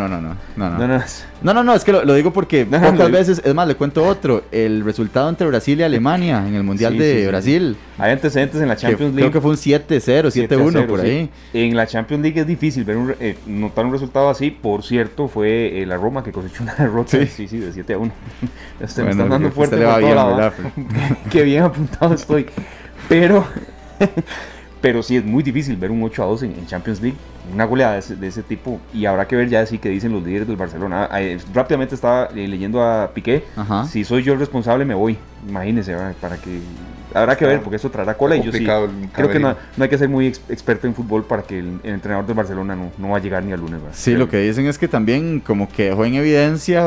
es que lo digo porque pocas veces, es más, le cuento otro, el resultado entre Brasil y Alemania en el Mundial de Brasil. Hay antecedentes en la Champions League. Creo que fue un 7-0, 7-1 por ahí. En la Champions League es difícil ver notar un resultado así. Por cierto, fue la Roma que cosechó una derrota de 7-1. Me están dando fuerte por todo lado. Qué bien apuntado estoy. Pero sí es muy difícil ver un 8-2 en Champions League, una goleada de ese tipo, y habrá que ver ya sí que dicen los líderes del Barcelona. Rápidamente estaba leyendo a Piqué. Si soy yo el responsable me voy, imagínense, para que habrá que ver, porque eso traerá cola, y yo sí creo que no hay que ser muy experto en fútbol para que el entrenador del Barcelona no va a llegar ni al lunes, ¿verdad? Sí, lo que dicen es que también como que dejó en evidencia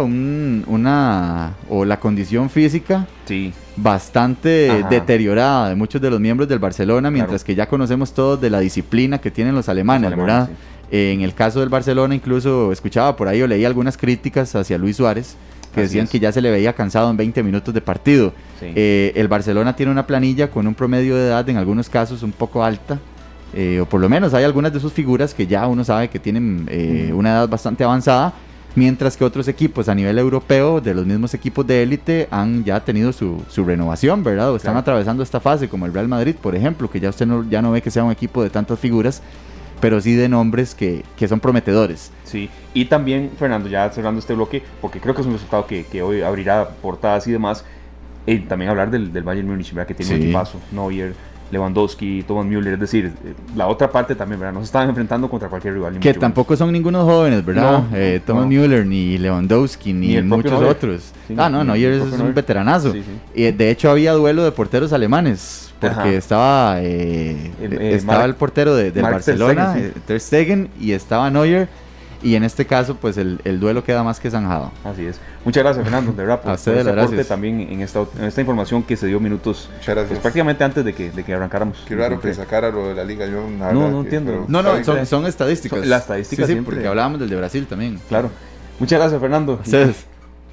la condición física bastante deteriorada de muchos de los miembros del Barcelona, mientras que ya conocemos todos de la disciplina que tienen los alemanes, ¿verdad? Sí. En el caso del Barcelona incluso escuchaba por ahí o leía algunas críticas hacia Luis Suárez, que decían que ya se le veía cansado en 20 minutos de partido. El Barcelona tiene una planilla con un promedio de edad en algunos casos un poco alta, o por lo menos hay algunas de sus figuras que ya uno sabe que tienen una edad bastante avanzada, mientras que otros equipos a nivel europeo, de los mismos equipos de élite, han ya tenido su renovación, ¿verdad? O están atravesando esta fase, como el Real Madrid, por ejemplo, que ya usted ya no ve que sea un equipo de tantas figuras, pero sí de nombres que son prometedores. Sí, y también, Fernando, ya cerrando este bloque, porque creo que es un resultado que hoy abrirá portadas y demás, también hablar del Bayern Múnich, ¿verdad? Que tiene un equipazo, Neuer, Lewandowski, Thomas Müller, es decir, la otra parte también, ¿verdad? No se estaban enfrentando contra cualquier rival. Que tampoco son ningunos jóvenes, ¿verdad? Thomas Müller, ni Lewandowski, ni muchos otros. Neuer es un veteranazo. Y de hecho había duelo de porteros alemanes, porque estaba el portero del Barcelona, Ter Stegen, y estaba Neuer. Y en este caso, pues el duelo queda más que zanjado. Así es. Muchas gracias, Fernando, de verdad, por ese aporte también en esta información que se dio minutos, pues, prácticamente antes de que arrancáramos. Qué raro que sacara lo de la liga. Yo no entiendo. Son estadísticas. Las estadísticas sí, porque hablábamos del de Brasil también. Claro. Muchas gracias, Fernando. Ustedes.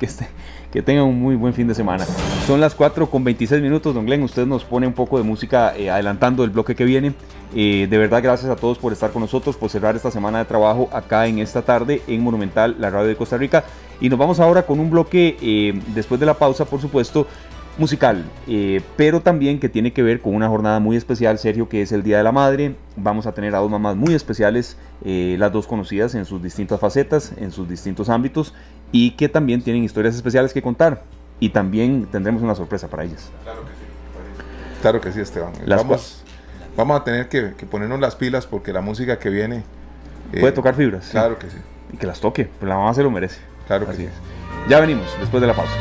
que tengan un muy buen fin de semana. Son las 4:26, don Glenn. Usted nos pone un poco de música adelantando el bloque que viene. De verdad, gracias a todos por estar con nosotros, por cerrar esta semana de trabajo acá en esta tarde en Monumental, la radio de Costa Rica. Y nos vamos ahora con un bloque, después de la pausa, por supuesto, musical, pero también que tiene que ver con una jornada muy especial, Sergio, que es el Día de la Madre. Vamos a tener a dos mamás muy especiales, las dos conocidas en sus distintas facetas, en sus distintos ámbitos, y que también tienen historias especiales que contar, y también tendremos una sorpresa para ellas. Claro que sí, Esteban. Vamos a tener que ponernos las pilas, porque la música que viene puede tocar fibras. Claro que sí. Y que las toque, pero la mamá se lo merece. Claro que Así sí. es. Ya venimos, después de la pausa.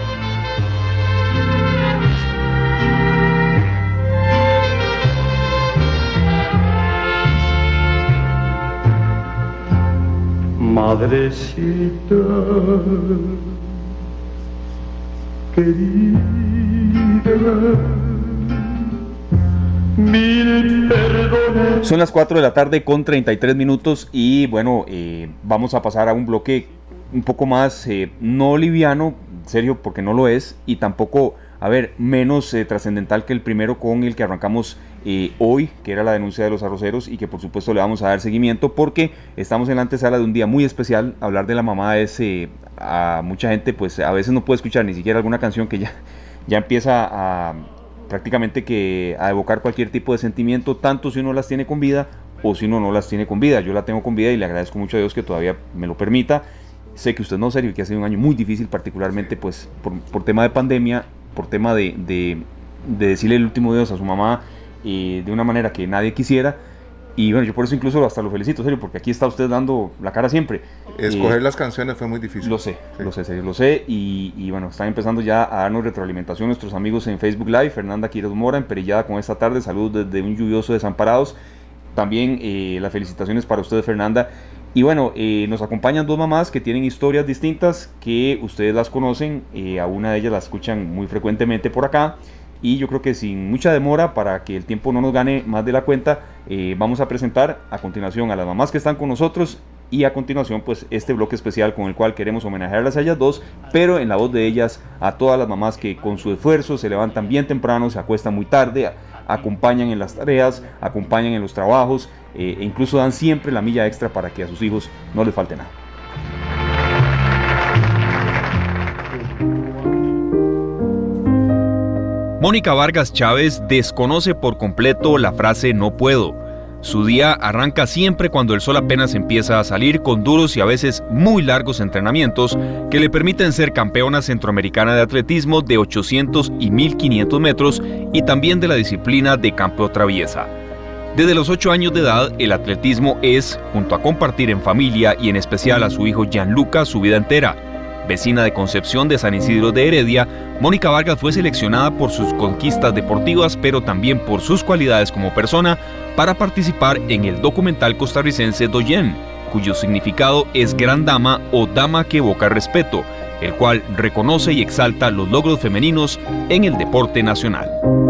Madrecita querida, mil perdones. Son las 4 de la tarde con 33 minutos y bueno, vamos a pasar a un bloque un poco más, no liviano, Sergio, porque no lo es, y tampoco, menos trascendental que el primero con el que arrancamos hoy, que era la denuncia de los arroceros, y que por supuesto le vamos a dar seguimiento porque estamos en la antesala de un día muy especial. Hablar de la mamá es, a mucha gente pues a veces no puede escuchar ni siquiera alguna canción que ya empieza a prácticamente que a evocar cualquier tipo de sentimiento, tanto si uno las tiene con vida o si uno no las tiene con vida. Yo la tengo con vida y le agradezco mucho a Dios que todavía me lo permita. Sé que usted no, Sergio, que ha sido un año muy difícil, particularmente pues por tema de pandemia, por tema de decirle el último adiós a su mamá de una manera que nadie quisiera. Y bueno, yo por eso incluso hasta lo felicito, Sergio, porque aquí está usted dando la cara siempre. Escoger las canciones fue muy difícil. Lo sé, Sergio, lo sé. Y bueno, están empezando ya a darnos retroalimentación nuestros amigos en Facebook Live. Fernanda Quiroz Mora, emperillada con esta tarde. Saludos desde un lluvioso Desamparados. También las felicitaciones para usted, Fernanda. Y bueno, nos acompañan dos mamás que tienen historias distintas, que ustedes las conocen. A una de ellas la escuchan muy frecuentemente por acá. Y yo creo que sin mucha demora, para que el tiempo no nos gane más de la cuenta, vamos a presentar a continuación a las mamás que están con nosotros, y a continuación pues este bloque especial con el cual queremos homenajearlas a ellas dos, pero en la voz de ellas a todas las mamás que con su esfuerzo se levantan bien temprano, se acuestan muy tarde, acompañan en las tareas, acompañan en los trabajos, e incluso dan siempre la milla extra para que a sus hijos no les falte nada. Mónica Vargas Chávez desconoce por completo la frase "no puedo". Su día arranca siempre cuando el sol apenas empieza a salir, con duros y a veces muy largos entrenamientos que le permiten ser campeona centroamericana de atletismo de 800 y 1500 metros y también de la disciplina de campo traviesa. Desde los 8 años de edad, el atletismo es, junto a compartir en familia y en especial a su hijo Gianluca, su vida entera. Vecina de Concepción de San Isidro de Heredia, Mónica Vargas fue seleccionada por sus conquistas deportivas, pero también por sus cualidades como persona, para participar en el documental costarricense Doyen, cuyo significado es gran dama o dama que evoca respeto, el cual reconoce y exalta los logros femeninos en el deporte nacional.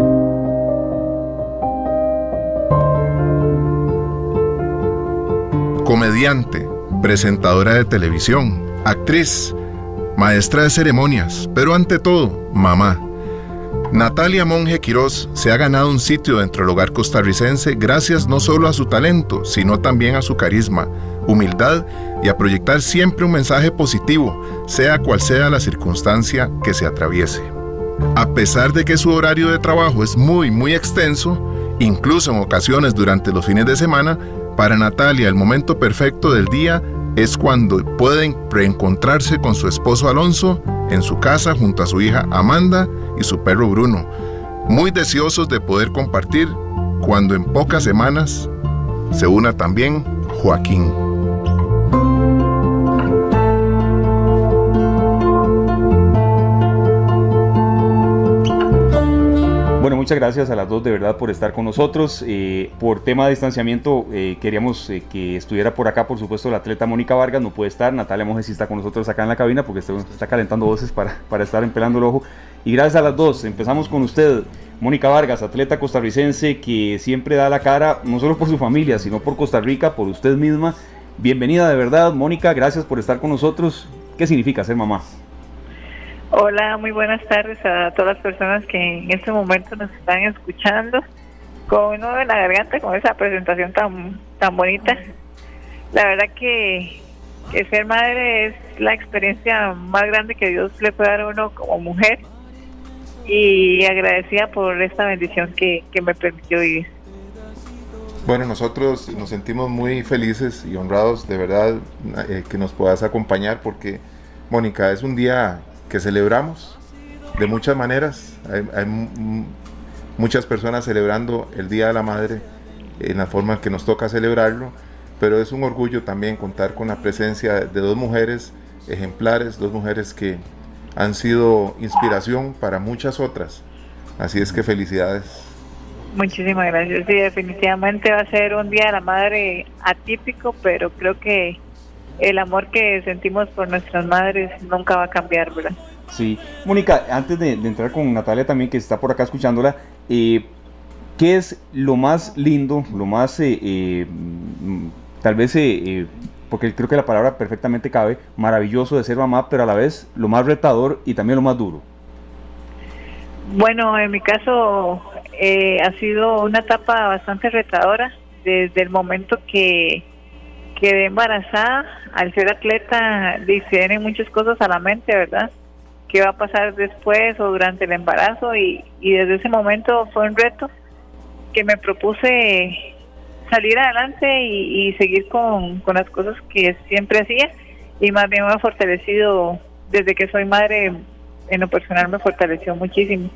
Comediante, presentadora de televisión, actriz, maestra de ceremonias, pero ante todo, mamá. Natalia Monge Quiroz se ha ganado un sitio dentro del hogar costarricense gracias no solo a su talento, sino también a su carisma, humildad y a proyectar siempre un mensaje positivo, sea cual sea la circunstancia que se atraviese. A pesar de que su horario de trabajo es muy extenso, incluso en ocasiones durante los fines de semana, para Natalia el momento perfecto del día es cuando pueden reencontrarse con su esposo Alonso en su casa junto a su hija Amanda y su perro Bruno, muy deseosos de poder compartir cuando en pocas semanas se una también Joaquín. Bueno, muchas gracias a las dos de verdad por estar con nosotros. Por tema de distanciamiento queríamos que estuviera por acá, por supuesto, la atleta Mónica Vargas, no puede estar. Natalia Monge sí está con nosotros acá en la cabina porque está calentando voces para estar empelando el ojo. Y gracias a las dos. Empezamos con usted, Mónica Vargas, atleta costarricense que siempre da la cara, no solo por su familia, sino por Costa Rica, por usted misma. Bienvenida de verdad, Mónica, gracias por estar con nosotros. ¿Qué significa ser mamá? Hola, muy buenas tardes a todas las personas que en este momento nos están escuchando. Con uno en la garganta, con esa presentación tan bonita. La verdad que ser madre es la experiencia más grande que Dios le puede dar a uno como mujer, y agradecida por esta bendición que me permitió vivir. Bueno, nosotros nos sentimos muy felices y honrados, de verdad, que nos puedas acompañar, porque, Mónica, es un día que celebramos de muchas maneras. Hay muchas personas celebrando el Día de la Madre en la forma en que nos toca celebrarlo, pero es un orgullo también contar con la presencia de dos mujeres ejemplares, dos mujeres que han sido inspiración para muchas otras. Así es que felicidades. Muchísimas gracias. Sí, definitivamente va a ser un Día de la Madre atípico, pero creo que el amor que sentimos por nuestras madres nunca va a cambiar, ¿verdad? Sí. Mónica, antes de entrar con Natalia también, que está por acá escuchándola, ¿qué es lo más lindo, lo más, tal vez, porque creo que la palabra perfectamente cabe, maravilloso de ser mamá, pero a la vez lo más retador y también lo más duro? Bueno, en mi caso ha sido una etapa bastante retadora. Desde el momento que quedé embarazada, al ser atleta, se vienen muchas cosas a la mente, ¿verdad? ¿Qué va a pasar después o durante el embarazo? Y desde ese momento fue un reto que me propuse salir adelante y seguir con las cosas que siempre hacía, y más bien me ha fortalecido desde que soy madre. En lo personal me fortaleció muchísimo.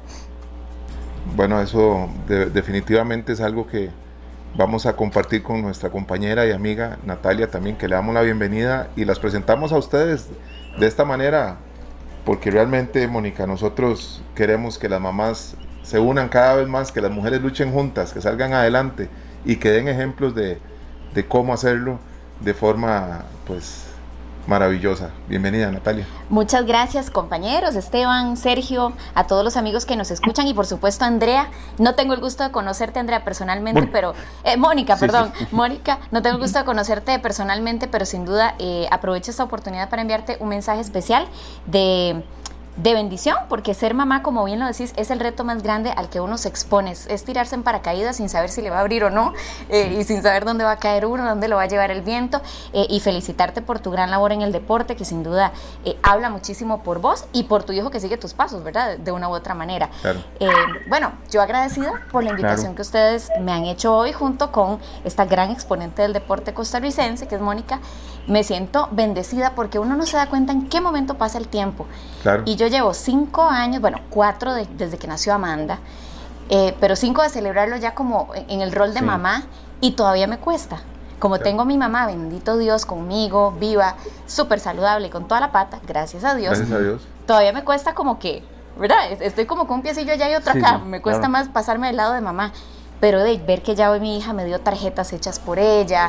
Bueno, eso definitivamente es algo que vamos a compartir con nuestra compañera y amiga Natalia también, que le damos la bienvenida y las presentamos a ustedes de esta manera, porque realmente, Mónica, nosotros queremos que las mamás se unan cada vez más, que las mujeres luchen juntas, que salgan adelante y que den ejemplos de cómo hacerlo de forma, pues, maravillosa. Bienvenida, Natalia. Muchas gracias, compañeros, Esteban, Sergio, a todos los amigos que nos escuchan, y por supuesto a Andrea. No tengo el gusto de conocerte, Andrea, personalmente, pero Mónica, perdón. Sí. Mónica, no tengo el gusto de conocerte personalmente, pero sin duda aprovecho esta oportunidad para enviarte un mensaje especial de bendición, porque ser mamá, como bien lo decís, es el reto más grande al que uno se expone. Es tirarse en paracaídas sin saber si le va a abrir o no, y sin saber dónde va a caer uno, dónde lo va a llevar el viento, y felicitarte por tu gran labor en el deporte, que sin duda habla muchísimo por vos y por tu hijo que sigue tus pasos, ¿verdad? De una u otra manera. Claro. Bueno, yo agradecida por la invitación que ustedes me han hecho hoy, junto con esta gran exponente del deporte costarricense, que es Mónica. Me siento bendecida porque uno no se da cuenta en qué momento pasa el tiempo. Claro. Y yo llevo 5 años, bueno, 4 desde que nació Amanda, pero 5 de celebrarlo ya como en el rol de mamá, y todavía me cuesta. Como tengo a mi mamá, bendito Dios, conmigo, viva, súper saludable y con toda la pata, gracias a Dios. Gracias a Dios. Todavía me cuesta como que, ¿verdad? Estoy como con un piecillo allá y otro acá. Me cuesta más pasarme del lado de mamá. Pero de ver que ya hoy mi hija me dio tarjetas hechas por ella,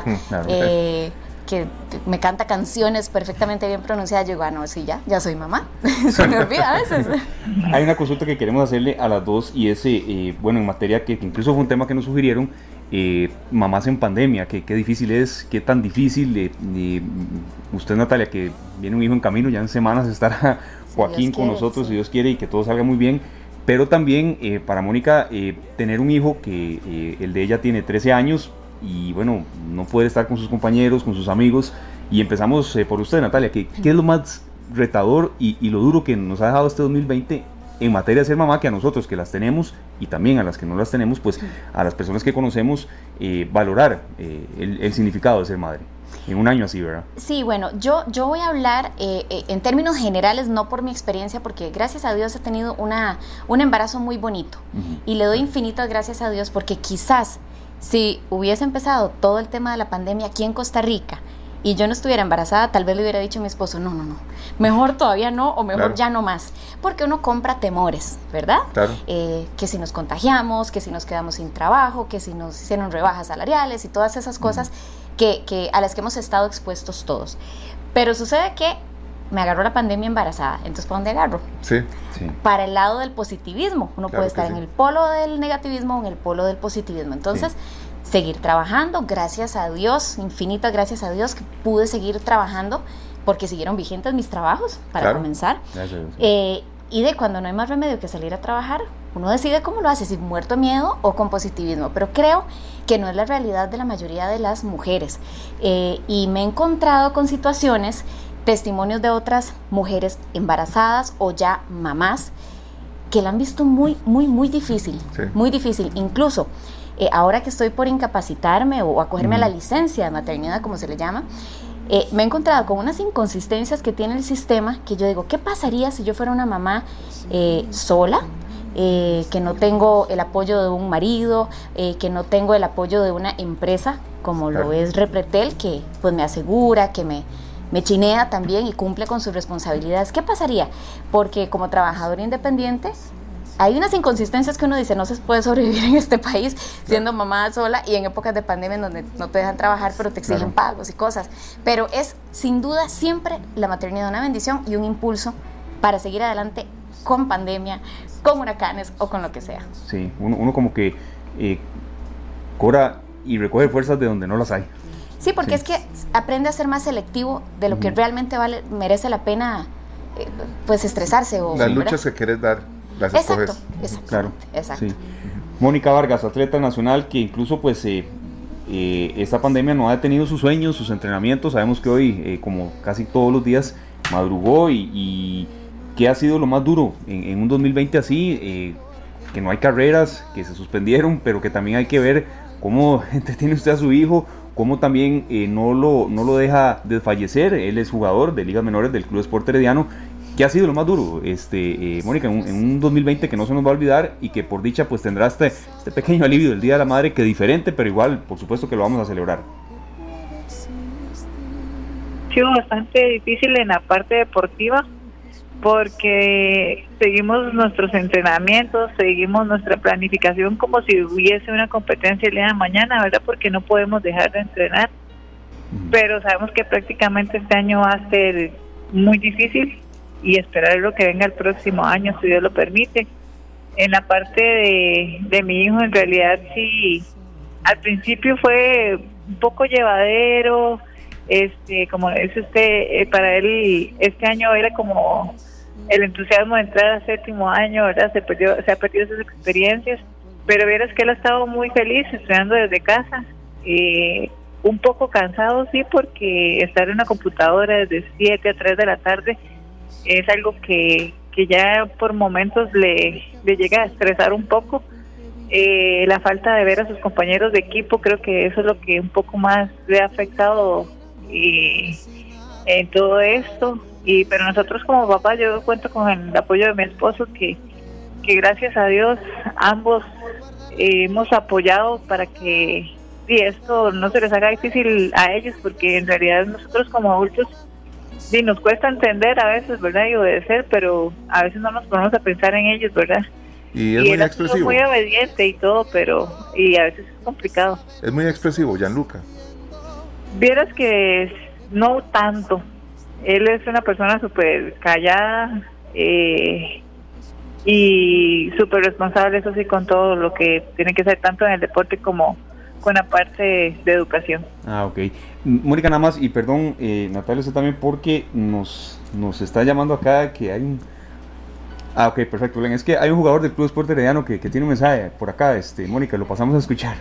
que me canta canciones perfectamente bien pronunciadas, yo digo, no, sí, ya soy mamá. Se me olvida a veces. Hay una consulta que queremos hacerle a las dos, y es, bueno, en materia que incluso fue un tema que nos sugirieron, mamás en pandemia, qué difícil es, qué tan difícil. Usted, Natalia, que viene un hijo en camino, ya en semanas estará Joaquín con nosotros, si Dios quiere, y que todo salga muy bien. Pero también para Mónica, tener un hijo que el de ella tiene 13 años, y bueno, no puede estar con sus compañeros, con sus amigos. Y empezamos por usted, Natalia, ¿qué es lo más retador y lo duro que nos ha dejado este 2020 en materia de ser mamá, que a nosotros que las tenemos, y también a las que no las tenemos, pues a las personas que conocemos, valorar el significado de ser madre en un año así, ¿verdad? Sí, bueno, yo voy a hablar en términos generales, no por mi experiencia, porque gracias a Dios he tenido un embarazo muy bonito, y le doy infinitas gracias a Dios, porque quizás si hubiese empezado todo el tema de la pandemia aquí en Costa Rica y yo no estuviera embarazada, tal vez le hubiera dicho a mi esposo, no, mejor todavía no, o mejor ya no más, porque uno compra temores, ¿verdad? Claro. Que si nos contagiamos, que si nos quedamos sin trabajo, que si nos hicieron rebajas salariales y todas esas cosas que a las que hemos estado expuestos todos. Pero sucede que me agarró la pandemia embarazada, entonces ¿para dónde agarro? Sí. Para el lado del positivismo. Uno puede estar en el polo del negativismo o en el polo del positivismo. Entonces, seguir trabajando, gracias a Dios, infinitas gracias a Dios que pude seguir trabajando, porque siguieron vigentes mis trabajos, para comenzar. Y de cuando no hay más remedio que salir a trabajar, uno decide cómo lo hace, si muerto de miedo o con positivismo, pero creo que no es la realidad de la mayoría de las mujeres. Y me he encontrado con situaciones, testimonios de otras mujeres embarazadas o ya mamás, que la han visto muy, muy, muy difícil, muy difícil. Incluso ahora que estoy por incapacitarme o acogerme a la licencia de maternidad, como se le llama, me he encontrado con unas inconsistencias que tiene el sistema, que yo digo, ¿qué pasaría si yo fuera una mamá sola? Que no tengo el apoyo de un marido, que no tengo el apoyo de una empresa como lo es Repretel, que pues me asegura, que me chinea también y cumple con sus responsabilidades. ¿Qué pasaría? Porque como trabajador independiente hay unas inconsistencias que uno dice, no se puede sobrevivir en este país siendo mamá sola y en épocas de pandemia en donde no te dejan trabajar pero te exigen pagos y cosas. Pero es sin duda siempre la maternidad una bendición y un impulso para seguir adelante con pandemia, con huracanes o con lo que sea. Sí, uno como que cobra y recoge fuerzas de donde no las hay. Sí, porque es que aprende a ser más selectivo de lo que realmente merece la pena pues estresarse. Las luchas que quieres dar, las escoges. Claro. Exacto. Sí. Mónica Vargas, atleta nacional, que incluso pues esta pandemia no ha detenido sus sueños, sus entrenamientos. Sabemos que hoy, como casi todos los días, madrugó y ¿qué ha sido lo más duro en un 2020 así? Que no hay carreras, que se suspendieron, pero que también hay que ver cómo entretiene usted a su hijo, cómo también no lo deja desfallecer. Él es jugador de ligas menores del Club Sport Herediano. ¿Qué ha sido lo más duro, Mónica, en un 2020 que no se nos va a olvidar y que por dicha pues tendrá este pequeño alivio del Día de la Madre, que diferente, pero igual, por supuesto que lo vamos a celebrar? Ha sido bastante difícil en la parte deportiva, porque seguimos nuestros entrenamientos, seguimos nuestra planificación como si hubiese una competencia el día de mañana, ¿verdad? Porque no podemos dejar de entrenar, pero sabemos que prácticamente este año va a ser muy difícil y esperar lo que venga el próximo año, si Dios lo permite. En la parte de mi hijo, en realidad sí, al principio fue un poco llevadero, como dice usted, para él este año era como el entusiasmo de entrar a séptimo año, ¿verdad? Se ha perdido esas experiencias, pero vieras que él ha estado muy feliz estudiando desde casa, un poco cansado, sí, porque estar en una computadora desde 7 a 3 de la tarde es algo que ya por momentos le llega a estresar un poco. La falta de ver a sus compañeros de equipo, creo que eso es lo que un poco más le ha afectado en todo esto. Pero nosotros como papá, yo cuento con el apoyo de mi esposo, que gracias a Dios ambos hemos apoyado para que esto no se les haga difícil a ellos, porque en realidad nosotros como adultos nos cuesta entender a veces, ¿verdad? Y obedecer, pero a veces no nos ponemos a pensar en ellos, ¿verdad? Y es muy expresivo. Muy obediente y todo, y a veces es complicado. Es muy expresivo, Gianluca. Vieras que no tanto. Él es una persona súper callada y súper responsable, eso sí, con todo lo que tiene que ser, tanto en el deporte como con la parte de educación. Ok. Mónica, nada más, y perdón, Natalia, usted también, porque nos está llamando acá que hay un... ok, perfecto. Es que hay un jugador del Club Sport Herediano que tiene un mensaje por acá, Mónica, lo pasamos a escuchar.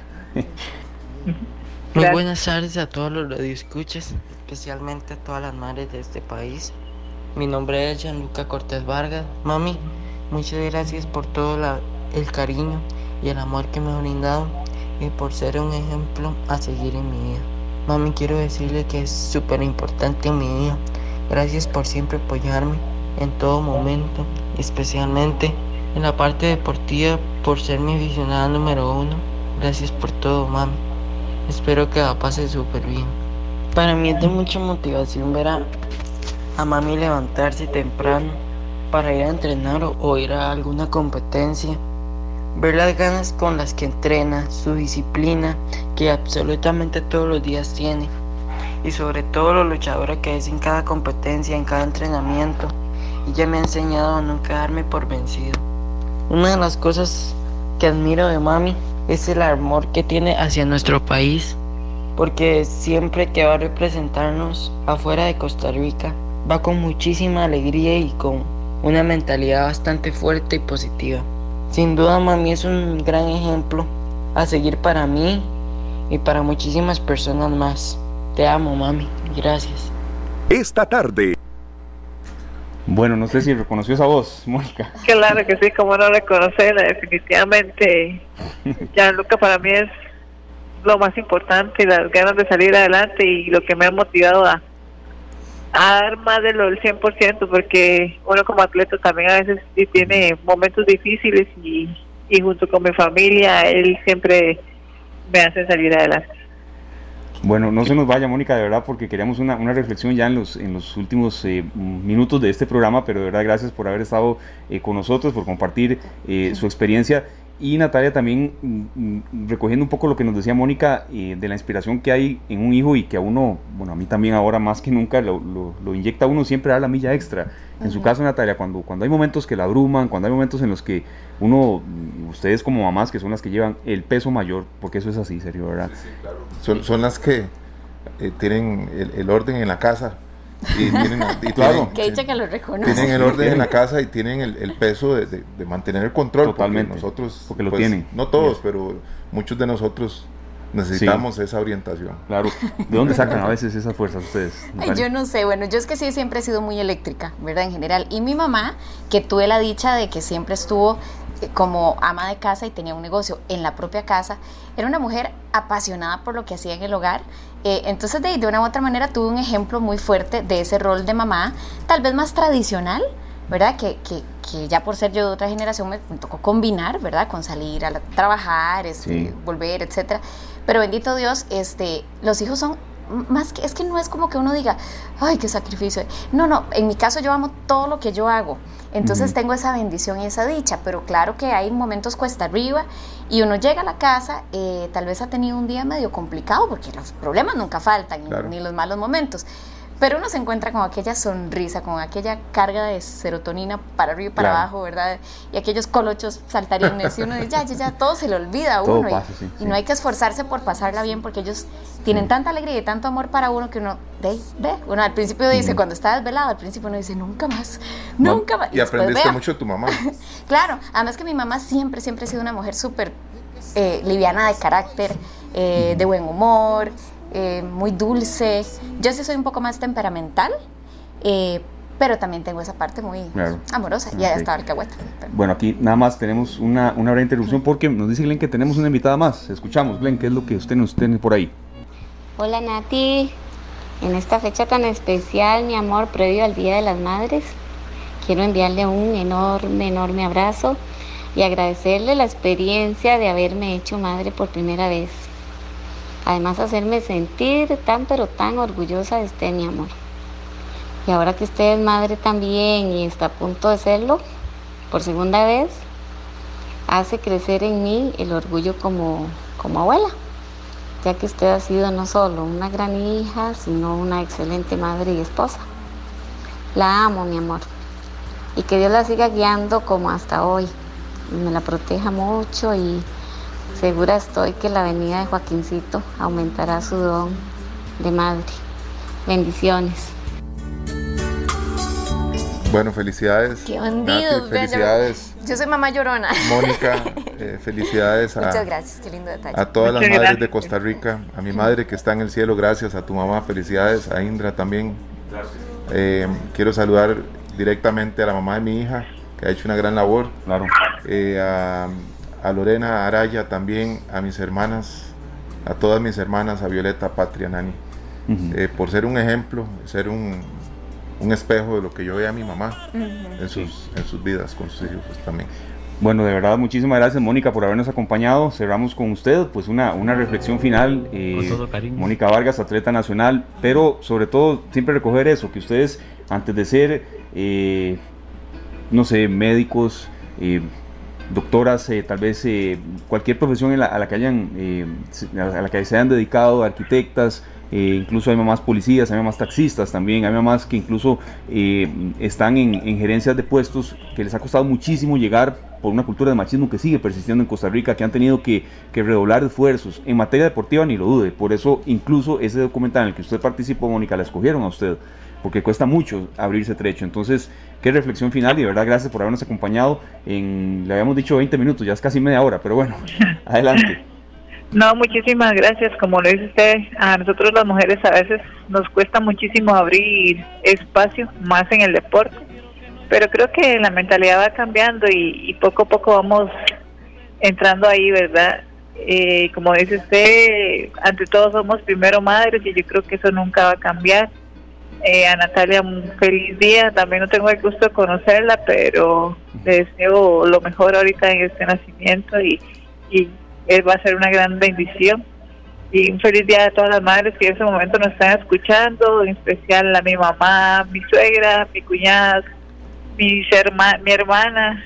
Muy buenas tardes a todos los radioescuchas, especialmente a todas las madres de este país. Mi nombre es Gianluca Cortés Vargas. Mami, muchas gracias por todo el cariño y el amor que me ha brindado y por ser un ejemplo a seguir en mi vida. Mami, quiero decirle que es súper importante en mi vida. Gracias por siempre apoyarme en todo momento, especialmente en la parte deportiva, por ser mi aficionada número 1. Gracias por todo, mami. Espero que la pase súper bien. Para mí es de mucha motivación ver a mami levantarse temprano para ir a entrenar o ir a alguna competencia. Ver las ganas con las que entrena, su disciplina que absolutamente todos los días tiene, y sobre todo lo luchadora que es en cada competencia, en cada entrenamiento. Ella me ha enseñado a nunca darme por vencido. Una de las cosas que admiro de mami es el amor que tiene hacia nuestro país, porque siempre que va a representarnos afuera de Costa Rica, va con muchísima alegría y con una mentalidad bastante fuerte y positiva. Sin duda, mami es un gran ejemplo a seguir para mí y para muchísimas personas más. Te amo, mami. Gracias. Esta tarde. Bueno, no sé si reconoció esa voz, Mónica. Claro que sí, cómo no reconocerla, definitivamente. Gianluca para mí es lo más importante, las ganas de salir adelante y lo que me ha motivado a dar más de lo del 100%, porque uno como atleta también a veces sí tiene momentos difíciles y junto con mi familia él siempre me hace salir adelante. Bueno, no se nos vaya, Mónica, de verdad, porque queríamos una reflexión ya en los últimos minutos de este programa, pero de verdad gracias por haber estado con nosotros, por compartir su experiencia. Y Natalia también recogiendo un poco lo que nos decía Mónica, de la inspiración que hay en un hijo y que a uno, bueno, a mí también ahora más que nunca lo inyecta a uno siempre a dar la milla extra. En su caso, Natalia, cuando hay momentos que la abruman, cuando hay momentos en los que ustedes como mamás, que son las que llevan el peso mayor, porque eso es así, serio, ¿verdad? Sí, claro. Son las que tienen el orden en la casa. Y claro, que dicha que lo reconoce. Tienen el orden en la casa y tienen el peso de mantener el control. Totalmente. Porque nosotros, porque lo tienen. No todos, pero muchos de nosotros necesitamos esa orientación. Claro. ¿De dónde sacan a veces esas fuerzas ustedes? Ay, yo no sé, bueno, yo es que sí siempre he sido muy eléctrica, ¿verdad? En general. Y mi mamá, que tuve la dicha de que siempre estuvo como ama de casa y tenía un negocio en la propia casa, era una mujer apasionada por lo que hacía en el hogar. Entonces de una u otra manera tuve un ejemplo muy fuerte de ese rol de mamá, tal vez más tradicional, ¿verdad? Que ya por ser yo de otra generación me tocó combinar, ¿verdad? Con salir a trabajar, volver, etcétera. Pero bendito Dios, los hijos son más que, es que no es como que uno diga, ay, qué sacrificio. No, en mi caso yo amo todo lo que yo hago. Entonces tengo esa bendición y esa dicha, pero claro que hay momentos cuesta arriba y uno llega a la casa, tal vez ha tenido un día medio complicado, porque los problemas nunca faltan, claro, ni los malos momentos. Pero uno se encuentra con aquella sonrisa, con aquella carga de serotonina para arriba y para abajo, ¿verdad? Y aquellos colochos saltarines, y uno dice, ya, todo se le olvida a uno. Pasa, y no hay que esforzarse por pasarla bien, porque ellos tienen tanta alegría y tanto amor para uno que uno, uno al principio dice, cuando está desvelado, al principio uno dice, nunca más. Y aprendiste mucho de tu mamá. Claro, además que mi mamá siempre ha sido una mujer súper liviana de carácter, de buen humor, muy dulce. Yo sí soy un poco más temperamental, pero también tengo esa parte muy amorosa. Y ya estaba alcahueta. Bueno, aquí nada más tenemos una breve interrupción porque nos dice Glenn que tenemos una invitada más. Escuchamos, Glenn, ¿qué es lo que usted nos tiene por ahí? Hola, Nati. En esta fecha tan especial, mi amor, previo al Día de las Madres, quiero enviarle un enorme abrazo y agradecerle la experiencia de haberme hecho madre por primera vez. Además, hacerme sentir tan orgullosa de usted, mi amor. Y ahora que usted es madre también y está a punto de serlo por segunda vez, hace crecer en mí el orgullo como abuela, ya que usted ha sido no solo una gran hija, sino una excelente madre y esposa. La amo, mi amor, y que Dios la siga guiando como hasta hoy, y me la proteja mucho, y segura estoy que la venida de Joaquincito aumentará su don de madre. Bendiciones. Bueno, felicidades. Qué bandidos. Nati, felicidades. Yo soy mamá llorona. Mónica, felicidades Muchas gracias, qué lindo detalle. A todas las madres de Costa Rica, a mi madre que está en el cielo, gracias, a tu mamá, felicidades, a Indra también. Quiero saludar directamente a la mamá de mi hija, que ha hecho una gran labor. Claro. A Lorena Araya también, a mis hermanas, a todas mis hermanas, a Violeta, Patria, Nani, por ser un ejemplo, ser un espejo de lo que yo veía a mi mamá en sus vidas, con sus hijos también. Bueno, de verdad, muchísimas gracias, Mónica, por habernos acompañado. Cerramos con usted, pues una reflexión final. Con todo cariño. Mónica Vargas, atleta nacional, pero sobre todo siempre recoger eso, que ustedes, antes de ser, no sé, médicos, doctoras, tal vez cualquier profesión a la que se hayan dedicado, arquitectas, incluso hay mamás policías, hay mamás taxistas también, hay mamás que incluso están en gerencias de puestos que les ha costado muchísimo llegar por una cultura de machismo que sigue persistiendo en Costa Rica, que han tenido que redoblar esfuerzos. En materia deportiva ni lo dude, por eso incluso ese documental en el que usted participó, Mónica, la escogieron a usted, porque cuesta mucho abrirse trecho. Entonces, qué reflexión final y de verdad gracias por habernos acompañado le habíamos dicho 20 minutos, ya es casi media hora, pero bueno, adelante. No, muchísimas gracias. Como lo dice usted, a nosotros las mujeres a veces nos cuesta muchísimo abrir espacio, más en el deporte, pero creo que la mentalidad va cambiando y poco a poco vamos entrando ahí, ¿verdad? Como dice usted, ante todo somos primero madres y yo creo que eso nunca va a cambiar. A Natalia, un feliz día. También no tengo el gusto de conocerla, pero le deseo lo mejor ahorita en este nacimiento y va a ser una gran bendición. Y un feliz día a todas las madres que en ese momento nos están escuchando, en especial a mi mamá, mi suegra, mi cuñada, mi hermana,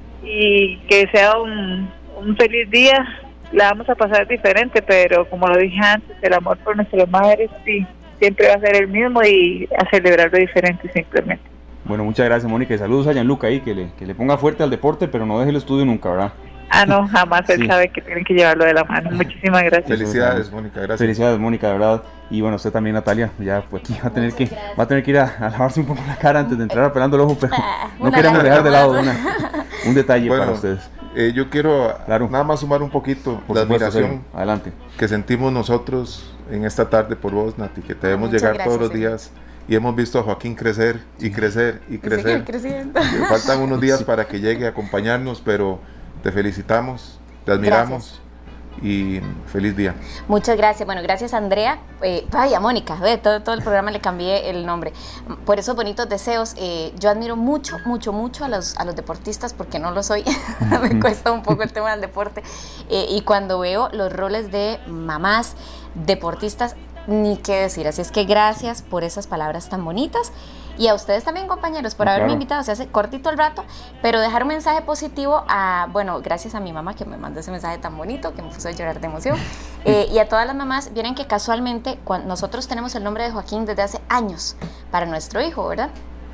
y que sea un feliz día. La vamos a pasar diferente, pero como lo dije antes, el amor por nuestras madres sí, siempre va a ser el mismo y a celebrarlo diferente simplemente. Bueno, muchas gracias, Mónica, y saludos a Gianluca ahí, que le ponga fuerte al deporte, pero no deje el estudio nunca, ¿verdad? No, jamás. Él sabe que tienen que llevarlo de la mano. Muchísimas gracias. Felicidades, Mónica, gracias. Felicidades, Mónica, de verdad. Y bueno, usted también, Natalia, ya pues aquí va a tener que ir a lavarse un poco la cara antes de entrar apelando el ojo, pero no queremos dejar de lado un detalle para ustedes. Yo quiero nada más sumar un poquito la admiración que sentimos nosotros en esta tarde por vos, Nati, que te vemos llegar todos los días y hemos visto a Joaquín crecer y crecer y crecer. Faltan unos días para que llegue a acompañarnos, pero te felicitamos, te admiramos. Y feliz día. Muchas gracias. Bueno, gracias, Andrea. Vaya, Mónica, todo el programa le cambié el nombre. Por esos bonitos deseos. Yo admiro mucho a los deportistas, porque no lo soy. Me cuesta un poco el tema del deporte. Y cuando veo los roles de mamás deportistas, ni qué decir. Así es que gracias por esas palabras tan bonitas. Y a ustedes también, compañeros, por haberme invitado. Se hace cortito el rato, pero dejar un mensaje positivo gracias a mi mamá que me mandó ese mensaje tan bonito, que me puso a llorar de emoción. Y a todas las mamás, vieron que casualmente nosotros tenemos el nombre de Joaquín desde hace años para nuestro hijo, ¿verdad?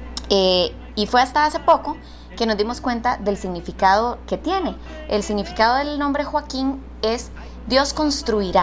Y fue hasta hace poco que nos dimos cuenta del significado que tiene. El significado del nombre Joaquín es Dios construirá.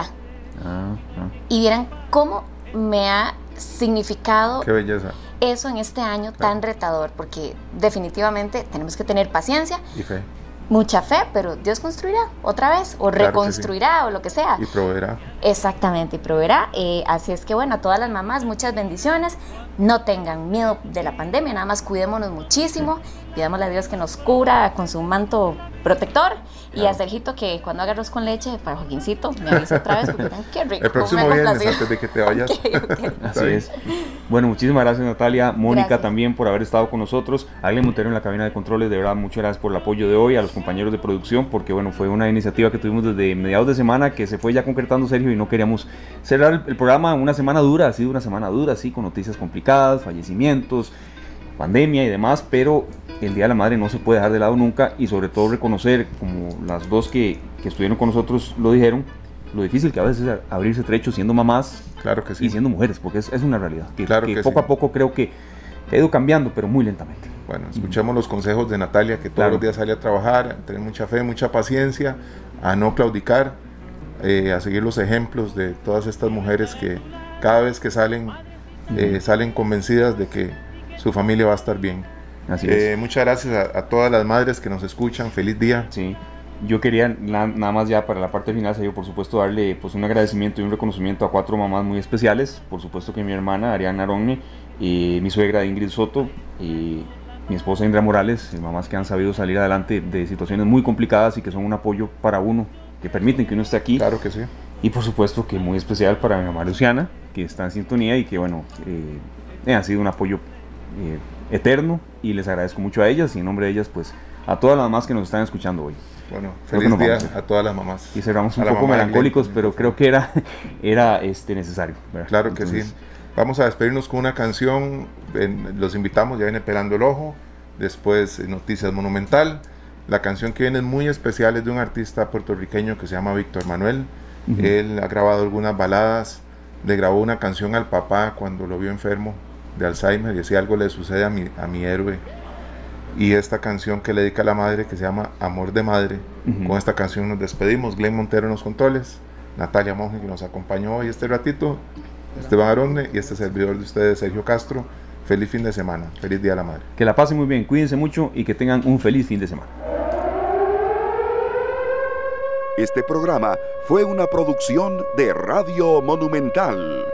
Y vieran cómo me ha significado. Qué belleza. Eso en este año tan retador, porque definitivamente tenemos que tener paciencia y fe. Mucha fe, pero Dios construirá otra vez, o reconstruirá, o lo que sea. Y proveerá. Exactamente, y proveerá. Así es que bueno, a todas las mamás, muchas bendiciones. No tengan miedo de la pandemia, nada más cuidémonos muchísimo. Pidámosle a Dios que nos cubra con su manto protector. Y a Sergito, que cuando haga arroz con leche para Joaquincito, me avisa otra vez, porque qué rico. El próximo viernes, antes de que te vayas. Okay. Así es. Bueno, muchísimas gracias, Natalia. Mónica también por haber estado con nosotros. Aglen Montero en la cabina de controles, de verdad, muchas gracias por el apoyo de hoy. A los compañeros de producción, porque bueno, fue una iniciativa que tuvimos desde mediados de semana, que se fue ya concretando, Sergio, y no queríamos cerrar el programa una semana dura. Ha sido una semana dura, sí, con noticias complicadas, fallecimientos, pandemia y demás, pero el Día de la Madre no se puede dejar de lado nunca, y sobre todo reconocer, como las dos que estuvieron con nosotros lo dijeron, lo difícil que a veces es abrirse trecho siendo mamás, claro que sí, y siendo mujeres, porque es una realidad que que poco a poco creo que ha ido cambiando, pero muy lentamente. Bueno, escuchemos los consejos de Natalia, que todos los días sale a trabajar, a tener mucha fe, mucha paciencia, a no claudicar, a seguir los ejemplos de todas estas mujeres que cada vez que salen, salen convencidas de que su familia va a estar bien. Así es. Muchas gracias a todas las madres que nos escuchan. Feliz día. Sí. Yo quería nada más ya para la parte final, Sergio, por supuesto darle pues un agradecimiento y un reconocimiento a 4 mamás muy especiales. Por supuesto que mi hermana Ariana Aronne, mi suegra Ingrid Soto, mi esposa Indra Morales, mamás que han sabido salir adelante de situaciones muy complicadas y que son un apoyo para uno, que permiten que uno esté aquí. Claro que sí. Y por supuesto que muy especial para mi mamá Luciana, que está en sintonía y que bueno, ha sido un apoyo eterno, y les agradezco mucho a ellas, y en nombre de ellas pues a todas las mamás que nos están escuchando hoy. Bueno, feliz día a todas las mamás. Y cerramos un poco melancólicos, pero creo que era necesario, ¿verdad? Claro que sí. Vamos a despedirnos con una canción. Los invitamos, ya viene Pelando el Ojo, después Noticias Monumental. La canción que viene es muy especial, es de un artista puertorriqueño que se llama Víctor Manuel. Él ha grabado algunas baladas, le grabó una canción al papá cuando lo vio enfermo de Alzheimer, y si algo le sucede a mi héroe, y esta canción que le dedica a la madre, que se llama Amor de Madre. Con esta canción nos despedimos. Glenn Montero en los controles, Natalia Monge, que nos acompañó hoy este ratito, Esteban Aronde y este servidor de ustedes, Sergio Castro. Feliz fin de semana, feliz Día de la Madre. Que la pasen muy bien, cuídense mucho y que tengan un feliz fin de semana. Este programa fue una producción de Radio Monumental.